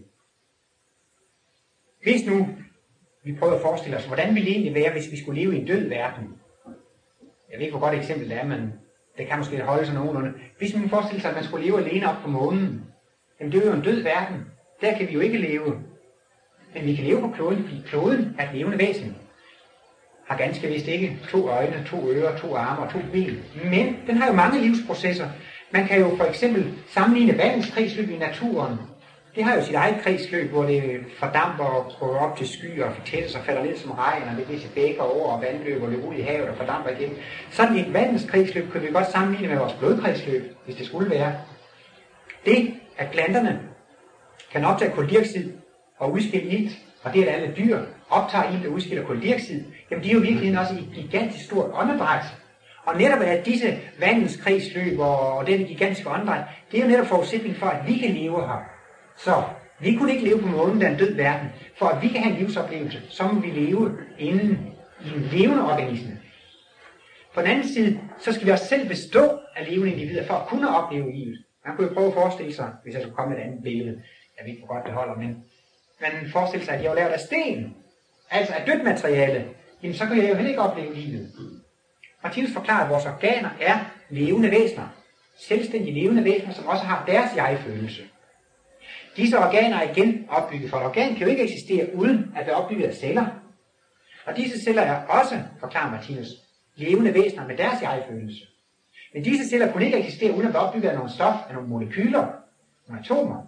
[SPEAKER 2] Hvis nu vi prøver at forestille os, hvordan ville det egentlig være, hvis vi skulle leve i en død verden. Jeg ved ikke, hvor godt et eksempel det er, men det kan måske holde sig nogenlunde. Hvis man forestiller sig, at man skulle leve alene op på månen, jamen det er jo en død verden. Der kan vi jo ikke leve. Men vi kan leve på kloden, fordi kloden er et levende væsen. Har ganske vist ikke 2 øjne, 2 ører, 2 arme og 2 ben. Men den har jo mange livsprocesser. Man kan jo for eksempel sammenligne vandens kredsløb i naturen. Det har jo sit eget kredsløb, hvor det fordamper og går op til skyer og fortættes og falder ned som regn, og det bliver til bækker over og vandløb og løber ud i havet og fordamper igen. Sådan et vandens kredsløb kan vi godt sammenligne med vores blodkredsløb, hvis det skulle være. Det, at planterne kan optage kuldioxid og udskille ilt, og det, at alle dyr optager ilt og udskiller kuldioxid, jamen det er jo virkelig også et gigantisk stort åndedræt. Og netop at disse vandens kredsløb og denne gigantiske åndedræt, det er jo netop forudsætning for, at vi kan leve her. Så vi kunne ikke leve på månen, der er en død verden. For at vi kan have en livsoplevelse, så må vi leve inden i en levende organisme. På den anden side, så skal vi også selv bestå af levende individer, for at kunne opleve livet. Man kunne jo prøve at forestille sig, hvis jeg skulle komme med et andet billede. Jeg ved ikke, hvor godt det holder, men man forestiller sig, at jeg var lavet af sten, altså af dødt materiale. Jamen, så kan jeg jo heller ikke opleve livet. Martinus forklarer, at vores organer er levende væsener. Selvstændige levende væsener, som også har deres jeg-følelse. Disse organer er igen opbygget, for et organ kan jo ikke eksistere uden at være opbygget af celler. Og disse celler er også, forklarer Martinus, levende væsener med deres jeg-følelse. Men disse celler kunne ikke eksistere uden at være opbygget af nogle stof, af nogle molekyler, nogle atomer.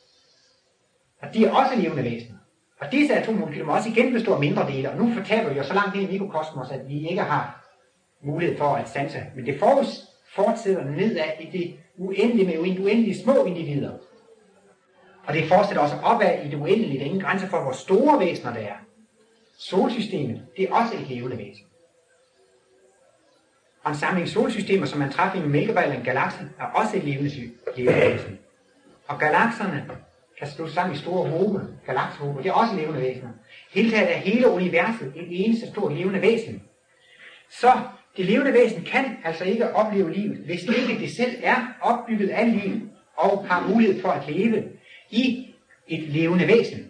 [SPEAKER 2] Og de er også levende væsener. Og disse atommolekyler må også igen bestå af mindre dele, og nu fortaber vi jo så langt ind i mikrokosmos, at vi ikke har mulighed for at sanse. Men det fortsætter nedad i det uendelige med uendelige små individer. Og det fortsætter også opad i det uendelige. Der er ingen grænse for, hvor store væsener det er. Solsystemet, det er også et levende væsen. Og en samling solsystemer, som man træffer i en mælkeball eller en galakse, er også et levende væsen. Og galakserne kan slås sammen i store hobe, galaksehobe. Det er også levende væsener. Hele taget er hele universet et eneste stort levende væsen. Så det levende væsen kan altså ikke opleve livet, hvis ikke det selv er opbygget af liv og har mulighed for at leve i et levende væsen.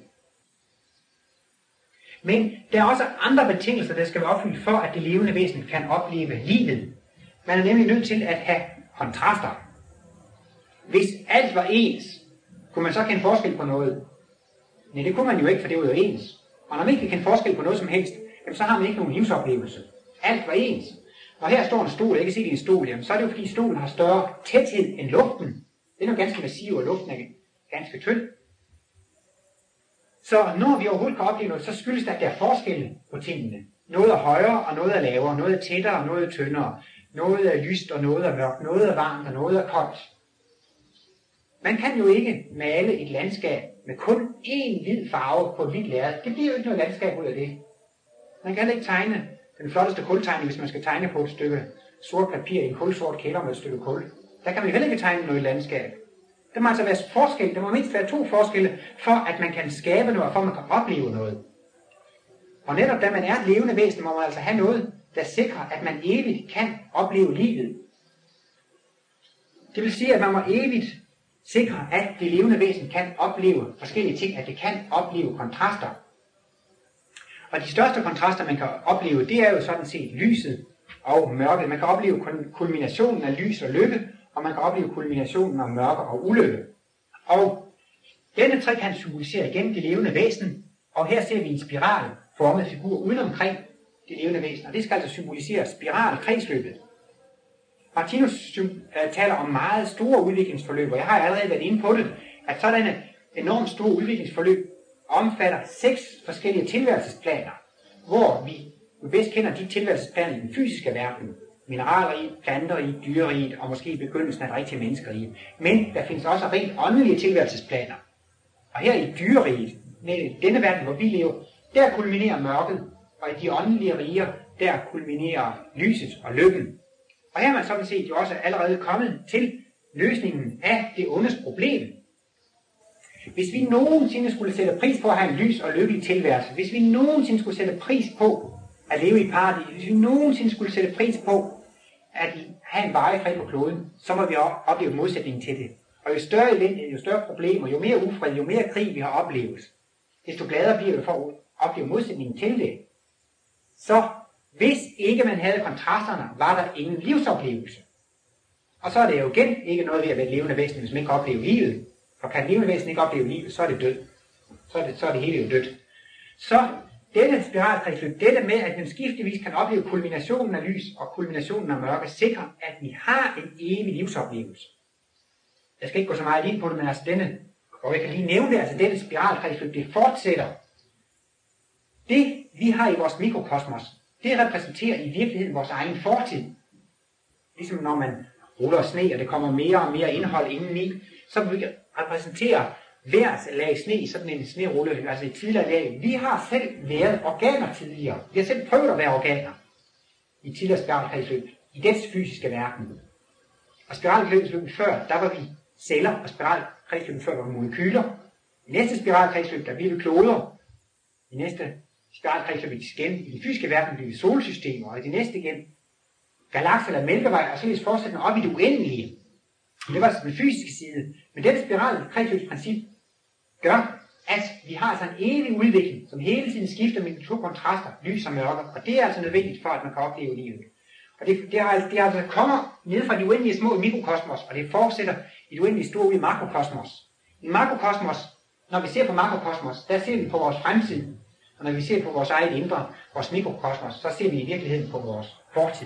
[SPEAKER 2] Men der er også andre betingelser, der skal være opfyldt for, at det levende væsen kan opleve livet. Man er nemlig nødt til at have kontraster. Hvis alt var ens, kunne man så kende forskel på noget? Nej, det kunne man jo ikke, for det var jo ens. Og når man ikke kan kende forskel på noget som helst, jamen, så har man ikke nogen livsoplevelse. Alt var ens. Og her står en stol, jeg kan se det i en stol, jamen, så er det jo fordi stolen har større tæthed end luften. Den er jo ganske massiv, og luften er ganske tynd. Så når vi overhovedet kan opleve noget, så skyldes det, at der er forskelle på tingene. Noget er højere, og noget er lavere. Noget er tættere, og noget er tyndere. Noget er lyst, og noget er mørkt. Noget er varmt, og noget er koldt. Man kan jo ikke male et landskab med kun én hvid farve på et hvidt lærred. Det bliver jo ikke noget landskab ud af det. Man kan ikke tegne den flotteste kultegning, hvis man skal tegne på et stykke sort papir i en kulsort kælder med et stykke kul. Der kan man jo heller ikke tegne noget landskab. Der må altså være forskel. Der må mindst være 2 forskelle, for at man kan skabe noget, og for at man kan opleve noget. Og netop da man er et levende væsen, må man altså have noget, der sikrer, at man evigt kan opleve livet. Det vil sige, at man må evigt sikre, at det levende væsen kan opleve forskellige ting, at det kan opleve kontraster. Og de største kontraster, man kan opleve, det er jo sådan set lyset og mørket. Man kan opleve kulminationen af lys og lykke, og man kan opleve kulminationen af mørke og ulykke. Og denne trekant symboliserer igen det levende væsen, og her ser vi en spiralformet figur udenomkring det levende væsen, og det skal altså symbolisere spiralkredsløbet. Martinus taler om meget store udviklingsforløb, og jeg har allerede været inde på det, at sådanne enormt store udviklingsforløb omfatter 6 forskellige tilværelsesplaner, hvor vi bedst kender de tilværelsesplaner i den fysiske verden. Mineralriget, planteriget, dyreriget og måske i begyndelsen af det rigtige menneskeriget. Men der findes også rent åndelige tilværelsesplaner. Og her i dyreriget, i denne verden, hvor vi lever, der kulminerer mørket, og i de åndelige riger, der kulminerer lyset og lykken. Og her er man sådan set jo også allerede kommet til løsningen af det ondes problem. Hvis vi nogensinde skulle sætte pris på at have en lys og lykkelig tilværelse, hvis vi nogensinde skulle sætte pris på at leve i paradis, hvis vi nogensinde skulle sætte pris på at have en varig fred på kloden, så må vi opleve modsætningen til det. Og jo større elendighed, jo større problemer, jo mere ufred, jo mere krig vi har oplevet, desto gladere bliver vi for at opleve modsætningen til det. Så hvis ikke man havde kontrasterne, var der ingen livsoplevelse. Og så er det jo igen ikke noget ved at være et levende væsen, hvis man ikke oplever livet. For kan et levende væsen ikke opleve livet, så er det død. Så er det hele jo dødt. Så dette spiralkredsløb, dette med, at den skiftevis kan opleve kulminationen af lys og kulminationen af mørke, sikrer, at vi har en evig livsoplevelse. Jeg skal ikke gå så meget ind på det, men altså denne, og jeg kan lige nævne det, altså dette spiralkredsløb, det fortsætter. Det, vi har i vores mikrokosmos, det repræsenterer i virkeligheden vores egen fortid. Ligesom når man ruller sne, og det kommer mere og mere indhold indeni, så vil vi repræsentere hvert lag sne i sådan en snerulle, altså et tidligere lag. Vi har selv været organer tidligere. Vi har selv prøvet at være organer i tidligere spiralkredsløb, i dets fysiske verden. Og spiralkredsløbet før, der var vi celler, og spiralkredsløbet før var vi molekyler. I næste spiralkredsløb, der bliver vi kloder. I næste spiralkredsløb igen, i den fysiske verden bliver vi solsystemer, og i det næste igen galakser eller mælkevej, og således fortsættende op i det uendelige. Det var altså den fysiske side. Men dette spiralkredsløbsprincip gør, at vi har altså en evig udvikling, som hele tiden skifter mellem 2 kontraster, lys og mørke. Og det er altså nødvendigt for, at man kan opleve livet. Og det altså kommer ned fra de uendelige små i mikrokosmos, og det fortsætter i det uendelige store i makrokosmos. I makrokosmos, når vi ser på makrokosmos, der ser vi på vores fremtid. Og når vi ser på vores eget indre, vores mikrokosmos, så ser vi i virkeligheden på vores fortid.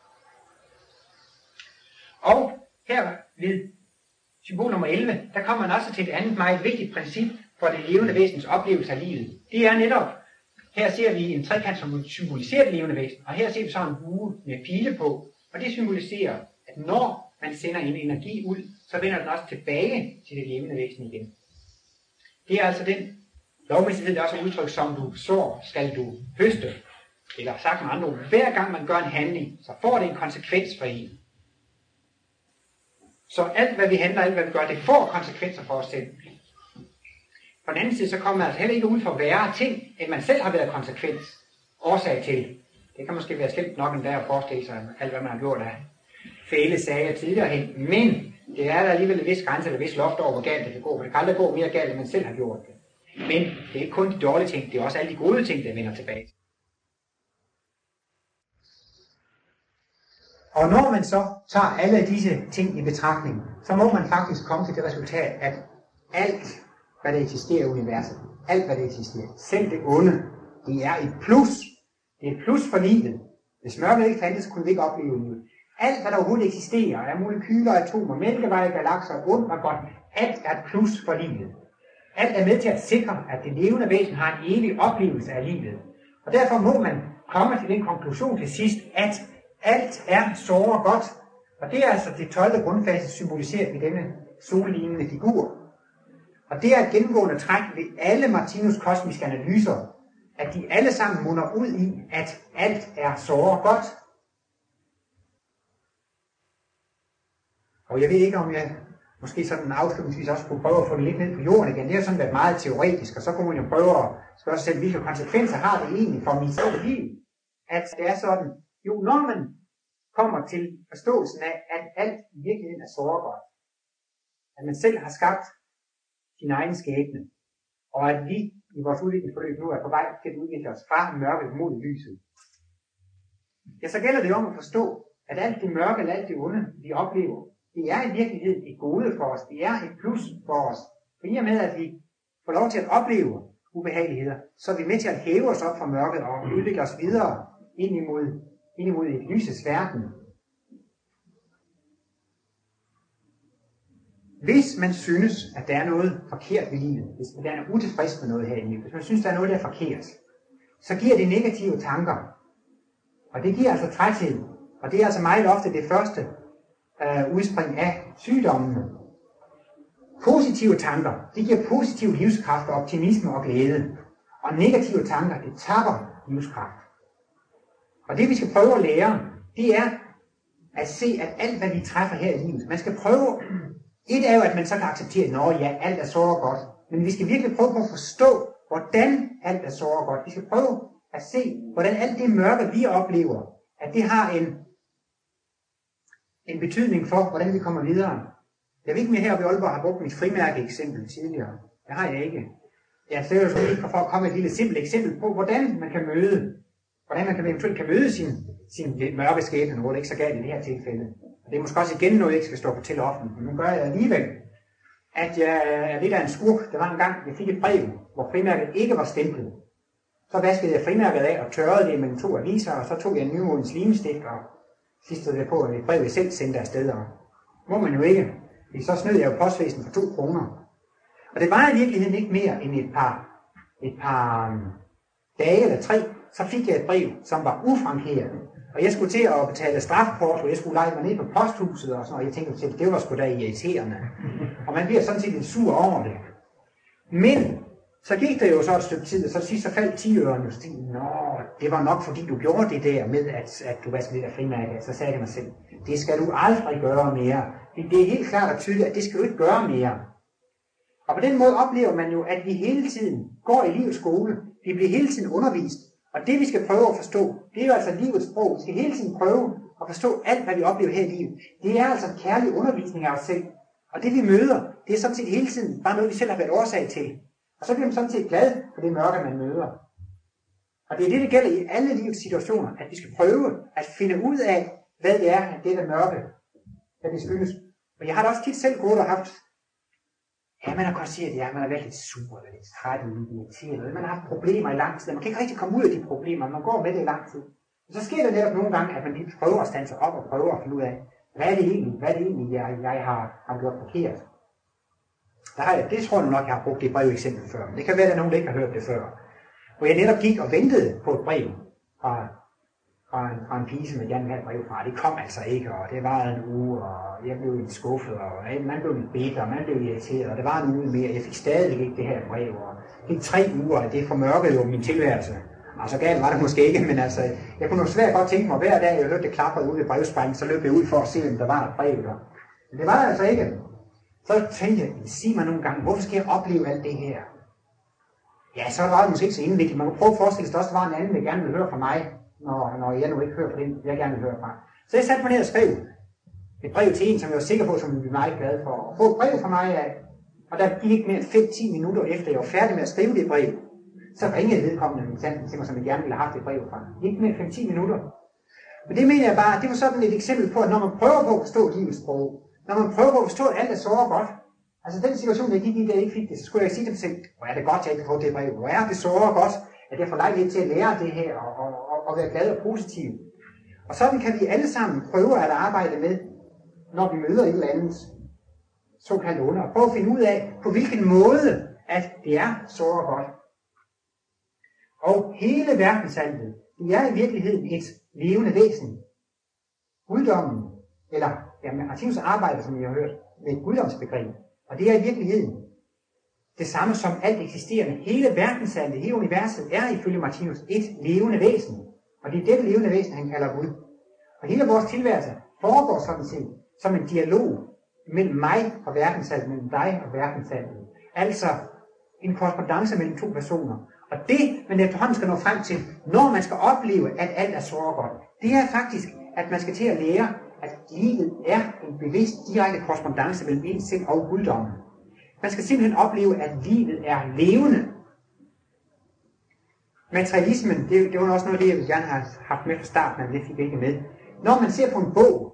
[SPEAKER 2] Og her ved symbol nummer 11, der kommer man også til et andet meget vigtigt princip for det levende væsens oplevelse af livet. Det er netop, her ser vi en trekant, som symboliserer det levende væsen, og her ser vi så en bue med pile på, og det symboliserer, at når man sender en energi ud, så vender den også tilbage til det levende væsen igen. Det er altså den lovmæssighed, der også er udtryk, som du sår, skal du høste. Eller sagt med andre ord, hver gang man gør en handling, så får det en konsekvens for en. Så alt hvad vi handler, alt hvad vi gør, det får konsekvenser for os selv. På den anden side, så kommer man altså heller ikke ud for værre ting, end man selv har været årsag til. Det kan måske være slemt nok endda at forestille sig alt, hvad man har gjort af fæle sager tidligere hen. Men det er der alligevel en vis grænse eller en vis loft over, hvor galt det kan gå. For det kan aldrig gå mere galt, end man selv har gjort det. Men det er ikke kun de dårlige ting, det er også alle de gode ting, der vender tilbage. Og når man så tager alle disse ting i betragtning, så må man faktisk komme til det resultat, at alt, hvad der eksisterer i universet, alt, hvad der eksisterer, selv det onde, det er et plus. Det er et plus for livet. Hvis mørket ikke fandtes, så kunne vi ikke opleve livet. Alt, hvad der overhovedet eksisterer, er molekyler, atomer, mælkeveje, galakser, ondt og godt, alt er et plus for livet. Alt er med til at sikre, at det levende væsen har en evig oplevelse af livet. Og derfor må man komme til den konklusion til sidst, at alt er såre godt. Og det er altså det 12. grundfase symboliseret i denne sollignende figur. Og det er et gennemgående træk ved alle Martinus kosmiske analyser, at de alle sammen munder ud i, at alt er såre godt. Og jeg ved ikke, om jeg måske sådan afslutningsvis også kunne prøve at få det lidt ned på jorden igen. Det har sådan været meget teoretisk, og så kunne man jo prøve at spørge sig selv, hvilke konsekvenser har det egentlig for mit liv, at det er sådan. Jo, når man kommer til forståelsen af, at alt i virkeligheden er såre godt, at man selv har skabt sin egen skæbne, og at vi i vores udviklingsforløb nu er på vej til at udvikle os fra mørket mod lyset, ja, så gælder det om at forstå, at alt det mørke eller alt det onde, vi oplever, det er i virkeligheden et gode for os, det er et plus for os. For i og med, at vi får lov til at opleve ubehageligheder, så er vi med til at hæve os op fra mørket og udvikle os videre ind imod et lysets verden. Hvis man synes, at der er noget forkert ved livet, hvis man er utilfreds med noget her i livet, hvis man synes, der er noget, der er forkert, så giver det negative tanker. Og det giver altså træthed. Og det er altså meget ofte det første udspring af sygdommene. Positive tanker, det giver positiv livskraft og optimisme og glæde. Og negative tanker, det tapper livskraft. Og det vi skal prøve at lære, det er at se, at alt hvad vi træffer her i livet, man skal prøve, et er jo at man så kan acceptere, at ja, alt er såre godt, men vi skal virkelig prøve på at forstå, hvordan alt er såre godt. Vi skal prøve at se, hvordan alt det mørke vi oplever, at det har en betydning for, hvordan vi kommer videre. Jeg ved ikke mere heroppe i Aalborg har brugt mit frimærke eksempel tidligere. Det har jeg ikke. Jeg er jo så ikke for at komme med et lille simpelt eksempel på, hvordan man eventuelt kan møde sin lidt mørke skæbne, hvor det ikke er så galt i det her tilfælde. Og det er måske også igen noget, jeg ikke skal stå på til offentligt, men nu gør jeg alligevel, at jeg er lidt af en skurk. Der var en gang, jeg fik et brev, hvor frimærket ikke var stemplet. Så vaskede jeg frimærket af og tørrede det mellem 2 aviser, og så tog jeg en nymodens limestik og klistrede det på et brev, jeg selv sendte afsted. Og må man jo ikke. Så snød jeg jo postvæsen for 2 kroner. Og det var i virkeligheden ikke mere end et par dage eller 3, så fik jeg et brev, som var ufrankeret. Og jeg skulle til at betale strafport, og jeg skulle lege mig ned på posthuset og sådan noget. Og jeg tænkte selv, det var sgu da irriterende. Og man bliver sådan set lidt sur over det. Men så gik der jo så et stykke tid, og så sidst så faldt 10 øre, og så tænkte jeg, det var nok fordi du gjorde det der med, at du vaskede det der frimærke. Så sagde jeg mig selv, det skal du aldrig gøre mere. Det er helt klart og tydeligt, at det skal du ikke gøre mere. Og på den måde oplever man jo, at vi hele tiden går i livets skole. Vi bliver hele tiden undervist. Og det vi skal prøve at forstå, det er jo altså livets sprog. Vi skal hele tiden prøve at forstå alt, hvad vi oplever her i livet. Det er altså en kærlig undervisning af os selv. Og det vi møder, det er sådan set hele tiden bare noget, vi selv har været årsag til. Og så bliver man sådan set glad for det mørke, man møder. Og det er det, der gælder i alle livets situationer, at vi skal prøve at finde ud af, hvad det er, at det der mørke, hvad det skyldes. Og jeg har da også tit selv gået og haft, man har godt set, at man har været lidt sur, eller lidt træt, eller lidt irriteret, man har haft problemer i lang tid, man kan ikke rigtig komme ud af de problemer, man går med det i lang tid. Og så sker det netop nogle gange, at man lige prøver at standse op og prøver at finde ud af, hvad er det egentlig, jeg har gjort forkert. Det tror jeg nok, jeg har brugt det brev eksempel før, men det kan være, at der er nogen, der ikke har hørt det før. Hvor jeg netop gik og ventede på et brev fra en pige, som jeg gerne ville have et brev fra. Det kom altså ikke, og det var en uge, og jeg blev lidt skuffet, og man blev lidt bitter, og man blev irriteret, og det var en uge mere. Jeg fik stadig ikke det her brev, og det gik 3 uger, og det formørkede jo min tilværelse. Altså galt var det måske ikke, men altså, jeg kunne jo svært godt tænke mig, hver dag jeg hørte det klaprede ude ved brevsprækken, så løb jeg ud for at se, om der var et brev der. Men det var der altså ikke. Så tænkte jeg, sig mig nogle gange, hvorfor skal jeg opleve alt det her?
[SPEAKER 1] Ja, så var det måske ikke så indviklet. Man kan prøve at forestille sig, at der var en anden, der gerne vil høre fra mig, når jeg nu ikke hører fra den, jeg gerne vil høre fra. Så jeg satte mig ned og skrev et brev til en, som jeg var sikker på, som ville blive meget glad for. Og få et brev fra mig af. Og der gik ikke mere end 5-10 minutter efter, jeg var færdig med at skrive det brev. Så ringede vedkommende til mig, som jeg gerne ville have haft et brev fra. Det gik ikke mere end 5-10 minutter. Men det mener jeg bare, det var sådan et eksempel på, at når man prøver på at forstå livets sprog, når man prøver på at forstå, at alt er så godt, altså den situation, jeg gik i, da jeg ikke fik det, så skulle jeg sige til mig selv, hvor er det godt, jeg ikke har fået det brev, hvor er det så godt, at jeg får lejlighed til at lære det her, og være glad og positiv. Og sådan kan vi alle sammen prøve at arbejde med, når vi møder et eller andet såkaldt under, og prøve at finde ud af, på hvilken måde, at det er så godt. Og hele verdensaltet, det er i virkeligheden et levende væsen. Guddommen, eller Martinus arbejder, som I har hørt, med et guddomsbegreb. Og det er i virkeligheden det samme som alt eksisterende. Hele verdensaltet, hele universet er ifølge Martinus et levende væsen. Og det er dette levende væsen, han kalder Gud. Og hele vores tilværelse foregår sådan set som en dialog mellem mig og verdensaltet, mellem dig og verdensaltet. Altså en korrespondance mellem to personer. Og det, man efterhånden skal nå frem til, når man skal opleve, at alt er så godt, det er faktisk, at man skal til at lære, at livet er en bevidst direkte korrespondance mellem en selv og guddommen. Man skal simpelthen opleve, at livet er levende. Materialismen, det var også noget af det, jeg ville gerne have haft med fra starten, men det fik jeg ikke med. Når man ser på en bog,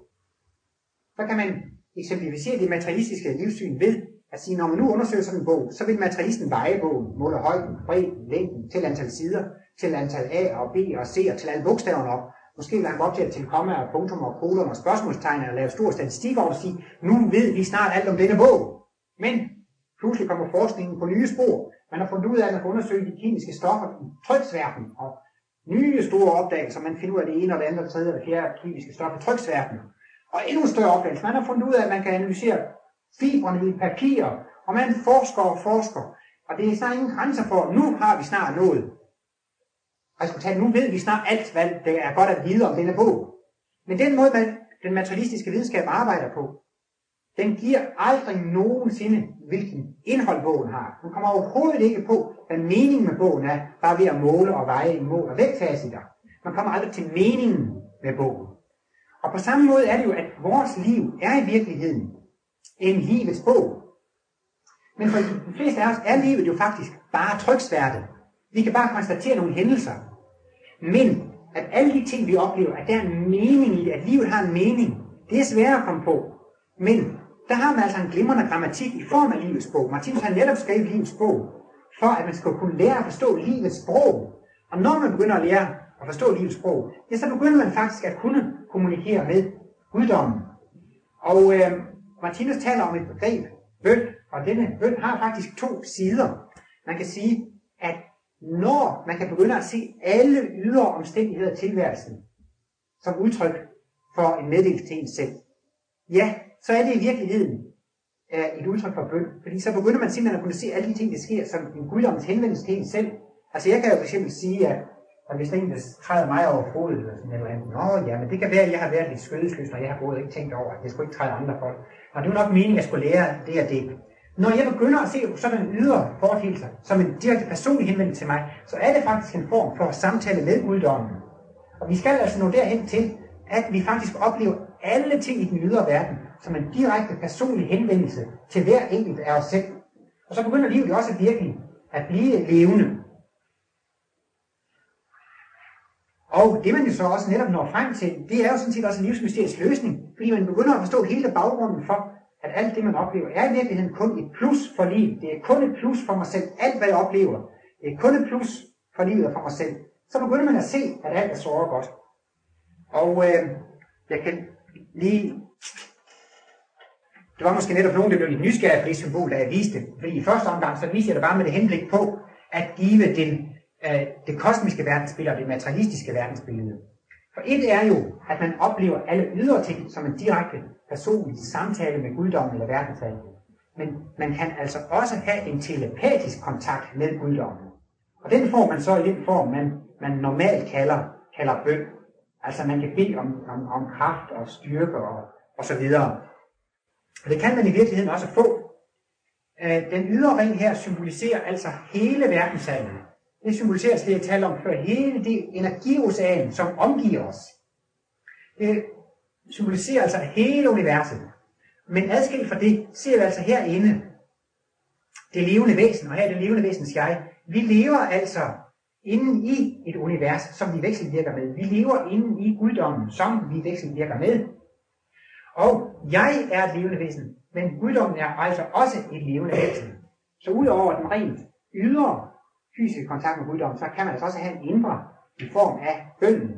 [SPEAKER 1] så kan man eksemplificere det materialistiske livssyn ved at sige, når man nu undersøger sådan en bog, så vil materialisten veje bogen, måle højden, bredden, længden, til antal sider, til antal A og B og C og til alle bogstaverne op. Måske vil han gå op til komma og punktum og kolon og spørgsmålstegn og lave stor statistik over og sige, nu ved vi snart alt om denne bog. Men pludselig kommer forskningen på nye spor. Man har fundet ud af, at man kan undersøge de kemiske stoffer i tryksværten og nye store opdagelser. Man finder ud af det ene og det andet, og det tredje og det fjerde kemiske stof i tryksværten. Og endnu større opdagelser. Man har fundet ud af, at man kan analysere fibrene i papir, og man forsker. Og det er snart ingen grænser for, nu har vi snart nået. Resultat, nu ved vi snart alt, hvad det er godt at vide om denne bog. Men den måde, den materialistiske videnskab arbejder på, den giver aldrig nogensinde, hvilken indhold bogen har. Den kommer overhovedet ikke på, hvad meningen med bogen er, bare ved at måle og veje i mål og vægtfaciter. Man kommer aldrig til meningen med bogen. Og på samme måde er det jo, at vores liv er i virkeligheden en livets bog. Men for de fleste af os er livet jo faktisk bare tryksværte. Vi kan bare konstatere nogle hændelser. Men at alle de ting, vi oplever, at der er en mening i, at livet har en mening, det er svært at komme på. Men der har man altså en glimrende grammatik i form af livets bog. Martinus har netop skrevet livets bog, for at man skal kunne lære at forstå livets sprog. Og når man begynder at lære at forstå livets sprog, ja, så begynder man faktisk at kunne kommunikere med guddommen. Og Martinus taler om et begreb, bøn, og denne bøn har faktisk to sider. Man kan sige, at når man kan begynde at se alle ydre omstændigheder af tilværelsen som udtryk for en meddelelse til en selv, ja, så er det i virkeligheden et udtryk for bøn. Fordi så begynder man simpelthen at kunne se alle de ting, der sker som en guddommens henvendelse til en selv. Altså jeg kan jo for eksempel sige, at hvis der er en, der træder mig over hovedet, eller sådan noget andet, ja, men det kan være, at jeg har været lidt skødesløs, og jeg har gået og ikke tænkt over, at jeg skulle ikke træde andre folk. Og det er jo nok meningen, at jeg skulle lære det og det. Når jeg begynder at se sådan en ydre foreteelser, som en direkte personlig henvendelse til mig, så er det faktisk en form for samtale med guddommen. Og vi skal altså nå derhen til, at vi faktisk oplever alle ting i den ydre verden, som en direkte personlig henvendelse til hver enkelt af os selv. Og så begynder livet også virkelig at blive levende. Og det man jo så også netop når frem til, det er jo sådan set også en livsmysterisk løsning, fordi man begynder at forstå hele baggrunden for, at alt det man oplever er i virkeligheden kun et plus for livet. Det er kun et plus for mig selv. Alt hvad jeg oplever, det er kun et plus for livet og for mig selv. Så begynder man at se, at alt er så godt. Og jeg kan lige... Det var måske netop nogen, der blev lidt nysgerrig på det symbol, da jeg viste det. Fordi i første omgang, så viste jeg det bare med det henblik på, at give det kosmiske verdensbillede og det materialistiske verdensbillede. For et er jo, at man oplever alle ydre ting som en direkte personlig samtale med guddommen eller verdensalderen. Men man kan altså også have en telepatisk kontakt med guddommen. Og den får man så i den form, man normalt kalder bøn. Altså man kan bede om kraft og styrke og så videre. Og det kan man i virkeligheden også få. Den ydre ring her symboliserer altså hele verdenshandlen. Det symboliserer, det jeg talte om før, hele det energiocean, som omgiver os. Det symboliserer altså hele universet. Men adskilt fra det, ser vi altså herinde det levende væsen, og her er det levende væsens jeg. Vi lever altså inde i et univers, som vi vekselvirker med. Vi lever inde i guddommen, som vi vekselvirker med. Og jeg er et levende væsen, men guddommen er altså også et levende væsen. Så udover den rent ydre fysiske kontakt med guddommen, så kan man altså også have en indre i form af bønnen.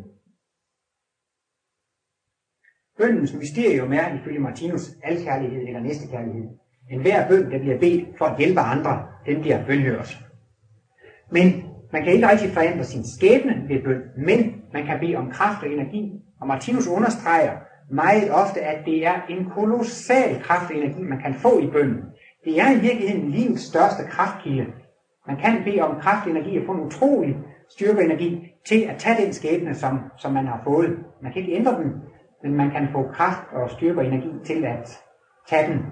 [SPEAKER 1] Bønnens mysterium er ifølge Martinus alkærlighed eller næstekærlighed. En hver bøn, der bliver bedt for at hjælpe andre, den bliver bønhørt. Men man kan ikke rigtig forandre sin skæbne ved bøn, men man kan bede om kraft og energi. Og Martinus understreger meget ofte, at det er en kolossal kraft og energi, man kan få i bønnen. Det er i virkeligheden livets største kraftkilde. Man kan bede om kraft og energi og få en utrolig styrke og energi til at tage den skæbne, som man har fået. Man kan ikke ændre den, men man kan få kraft og styrke og energi til at tage den.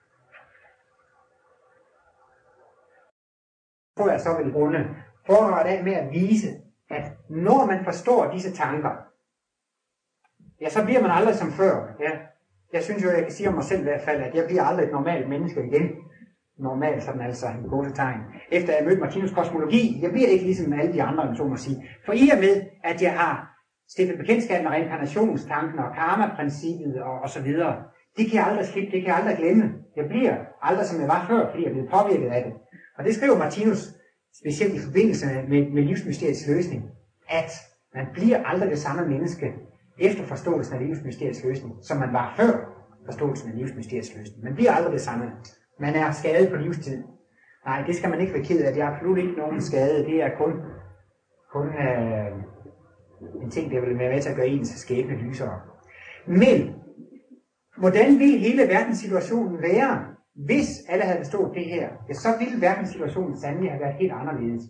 [SPEAKER 1] Får jeg så vil runde foredraget af med at vise, at når man forstår disse tanker, ja, så bliver man aldrig som før. Ja. Jeg synes jo, jeg kan sige om mig selv i hvert fald, at jeg bliver aldrig et normalt menneske igen. Normalt sådan altså en gåsetegn. Efter jeg mødte Martinus kosmologi, jeg bliver ikke ligesom alle de andre, så må sige. For i og med, at jeg har stiftet bekendtskab med reinkarnationstanken og karma-princippet og så videre, det kan jeg aldrig slippe, det kan jeg aldrig glemme. Jeg bliver aldrig som jeg var før, fordi jeg er blevet påvirket af det. Og det skriver Martinus specielt i forbindelse med livsmysteriets løsning, at man bliver aldrig det samme menneske efter forståelsen af livsmysteriets løsning, som man var før forståelsen af livsmysteriets løsning. Man bliver aldrig det samme. Man er skadet på livstid. Nej, det skal man ikke være ked af. Det er absolut ikke nogen skade. Det er kun en ting, der vil være med til at gøre ens skæbne lysere. Men hvordan vil hele verdenssituationen være, hvis alle havde forstået det her? Ja, så ville verdenssituationen sandelig have været helt anderledes.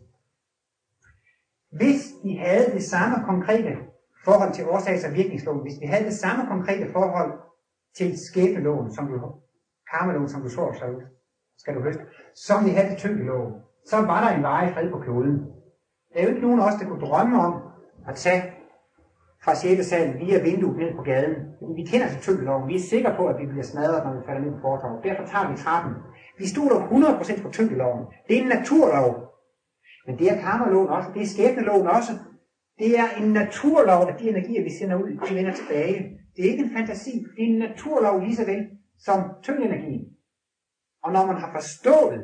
[SPEAKER 1] Hvis vi havde det samme konkrete forhold til årsags- og virkningsloven, hvis vi havde det samme konkrete forhold til skæbneloven, karmaloven, som du så skal du høste, som vi havde til tyngdeloven, så var der en varig fred på kloden. Der er jo ikke nogen af os, der kunne drømme om at tage fra 6. salen via vinduet ned på gaden. Vi kender til tyngdeloven. Vi er sikre på, at vi bliver smadret, når vi falder ned på fortovet. Derfor tager vi trappen. Vi stoler 100% på tyngdeloven. Det er en naturlov. Men det er karmaloven også. Det er skæbneloven også. Det er en naturlov, at de energier, vi sender ud, de vender tilbage. Det er ikke en fantasi. Det er en naturlov lige så vel som tyngdenergien. Og når man har forstået,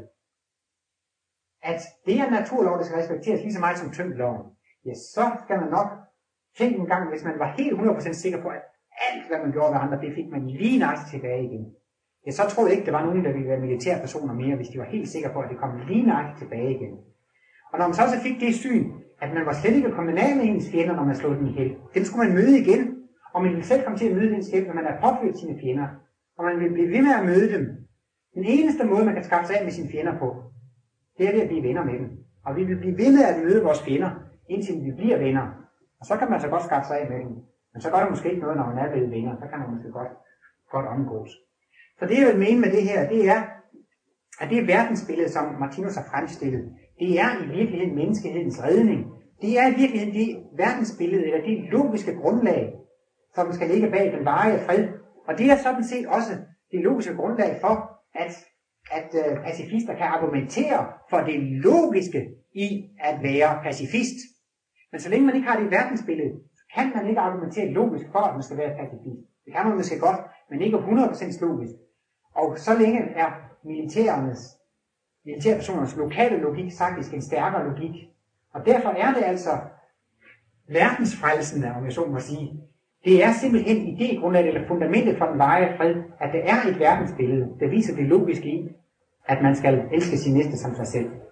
[SPEAKER 1] at det er en naturlov, der skal respekteres lige så meget som tyngdeloven, ja, så skal man nok tænke en gang, hvis man var helt 100% sikker på, at alt, hvad man gjorde ved andre, det fik man lige nøjagtigt tilbage igen. Ja, så troede jeg ikke, der var nogen, der ville være militære personer mere, hvis de var helt sikre på, at det kom lige nøjagtigt tilbage igen. Og når man så også fik det syn, at man var slet ikke kommet af med ens fjender, når man slog den ihjel, den skulle man møde igen, og man ville selv komme til at møde den skæbne, når man har påført sine fjender, og man vil blive ved med at møde dem. Den eneste måde, man kan skaffe sig af med sine fjender på, det er ved at blive venner med dem. Og vi vil blive ved med at møde vores fjender, indtil vi bliver venner. Og så kan man så godt skaffe sig af med dem. Men så gør det måske ikke noget, når man er blevet venner. Så kan man måske godt omgås. Så det, jeg vil mene med det her, det er, at det verdensbillede, som Martinus har fremstillet, det er i virkeligheden menneskehedens redning. Det er i virkeligheden det verdensbillede, eller det logiske grundlag, som skal ligge bag den varige fred. Og det er sådan set også det logiske grundlag for, at pacifister kan argumentere for det logiske i at være pacifist. Men så længe man ikke har det verdensbillede, så kan man ikke argumentere logisk for, at man skal være pacifist. Det kan man måske godt, men ikke 100% logisk. Og så længe er militærpersonernes lokale logik faktisk en stærkere logik. Og derfor er det altså verdensfrelsende, om jeg så må sige. Det er simpelthen idégrundlaget eller fundamentet for den varige fred, at der er et verdensbillede, der viser det logiske i, at man skal elske sin næste som sig selv.